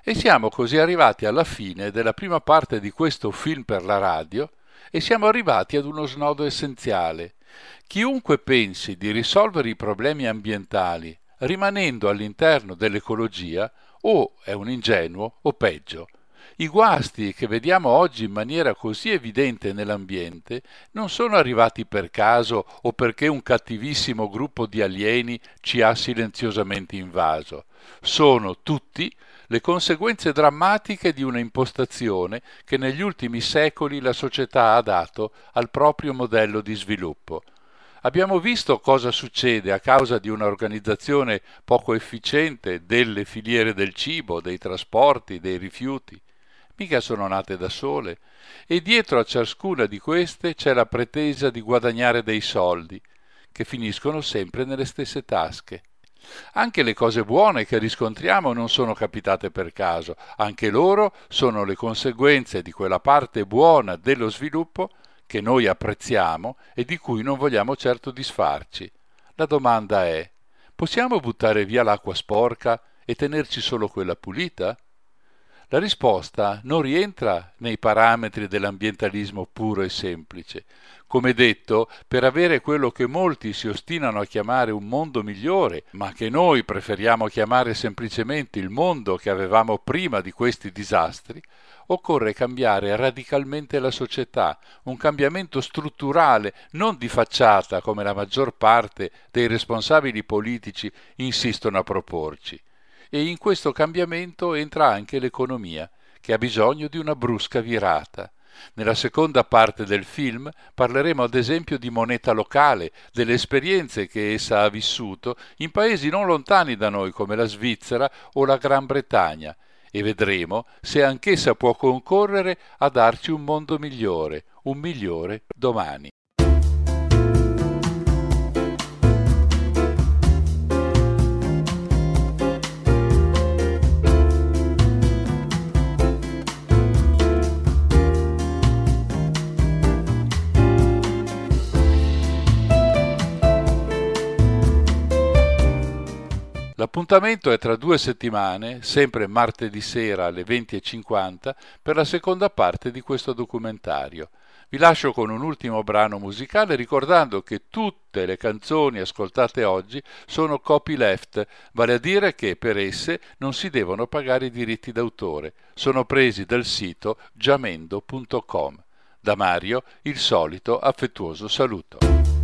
E siamo così arrivati alla fine della prima parte di questo film per la radio e siamo arrivati ad uno snodo essenziale. Chiunque pensi di risolvere i problemi ambientali rimanendo all'interno dell'ecologia o è un ingenuo o peggio. I guasti che vediamo oggi in maniera così evidente nell'ambiente non sono arrivati per caso o perché un cattivissimo gruppo di alieni ci ha silenziosamente invaso. Sono tutti le conseguenze drammatiche di una impostazione che negli ultimi secoli la società ha dato al proprio modello di sviluppo. Abbiamo visto cosa succede a causa di un'organizzazione poco efficiente delle filiere del cibo, dei trasporti, dei rifiuti. Mica sono nate da sole, e dietro a ciascuna di queste c'è la pretesa di guadagnare dei soldi, che finiscono sempre nelle stesse tasche. Anche le cose buone che riscontriamo non sono capitate per caso, anche loro sono le conseguenze di quella parte buona dello sviluppo che noi apprezziamo e di cui non vogliamo certo disfarci. La domanda è: possiamo buttare via l'acqua sporca e tenerci solo quella pulita? La risposta non rientra nei parametri dell'ambientalismo puro e semplice. Come detto, per avere quello che molti si ostinano a chiamare un mondo migliore, ma che noi preferiamo chiamare semplicemente il mondo che avevamo prima di questi disastri, occorre cambiare radicalmente la società, un cambiamento strutturale, non di facciata come la maggior parte dei responsabili politici insistono a proporci. E in questo cambiamento entra anche l'economia, che ha bisogno di una brusca virata. Nella seconda parte del film parleremo ad esempio di moneta locale, delle esperienze che essa ha vissuto in paesi non lontani da noi come la Svizzera o la Gran Bretagna, e vedremo se anch'essa può concorrere a darci un mondo migliore, un migliore domani. L'appuntamento è tra 2 settimane, sempre martedì sera alle 20:50, per la seconda parte di questo documentario. Vi lascio con un ultimo brano musicale ricordando che tutte le canzoni ascoltate oggi sono copyleft, vale a dire che per esse non si devono pagare i diritti d'autore. Sono presi dal sito jamendo.com. Da Mario il solito affettuoso saluto.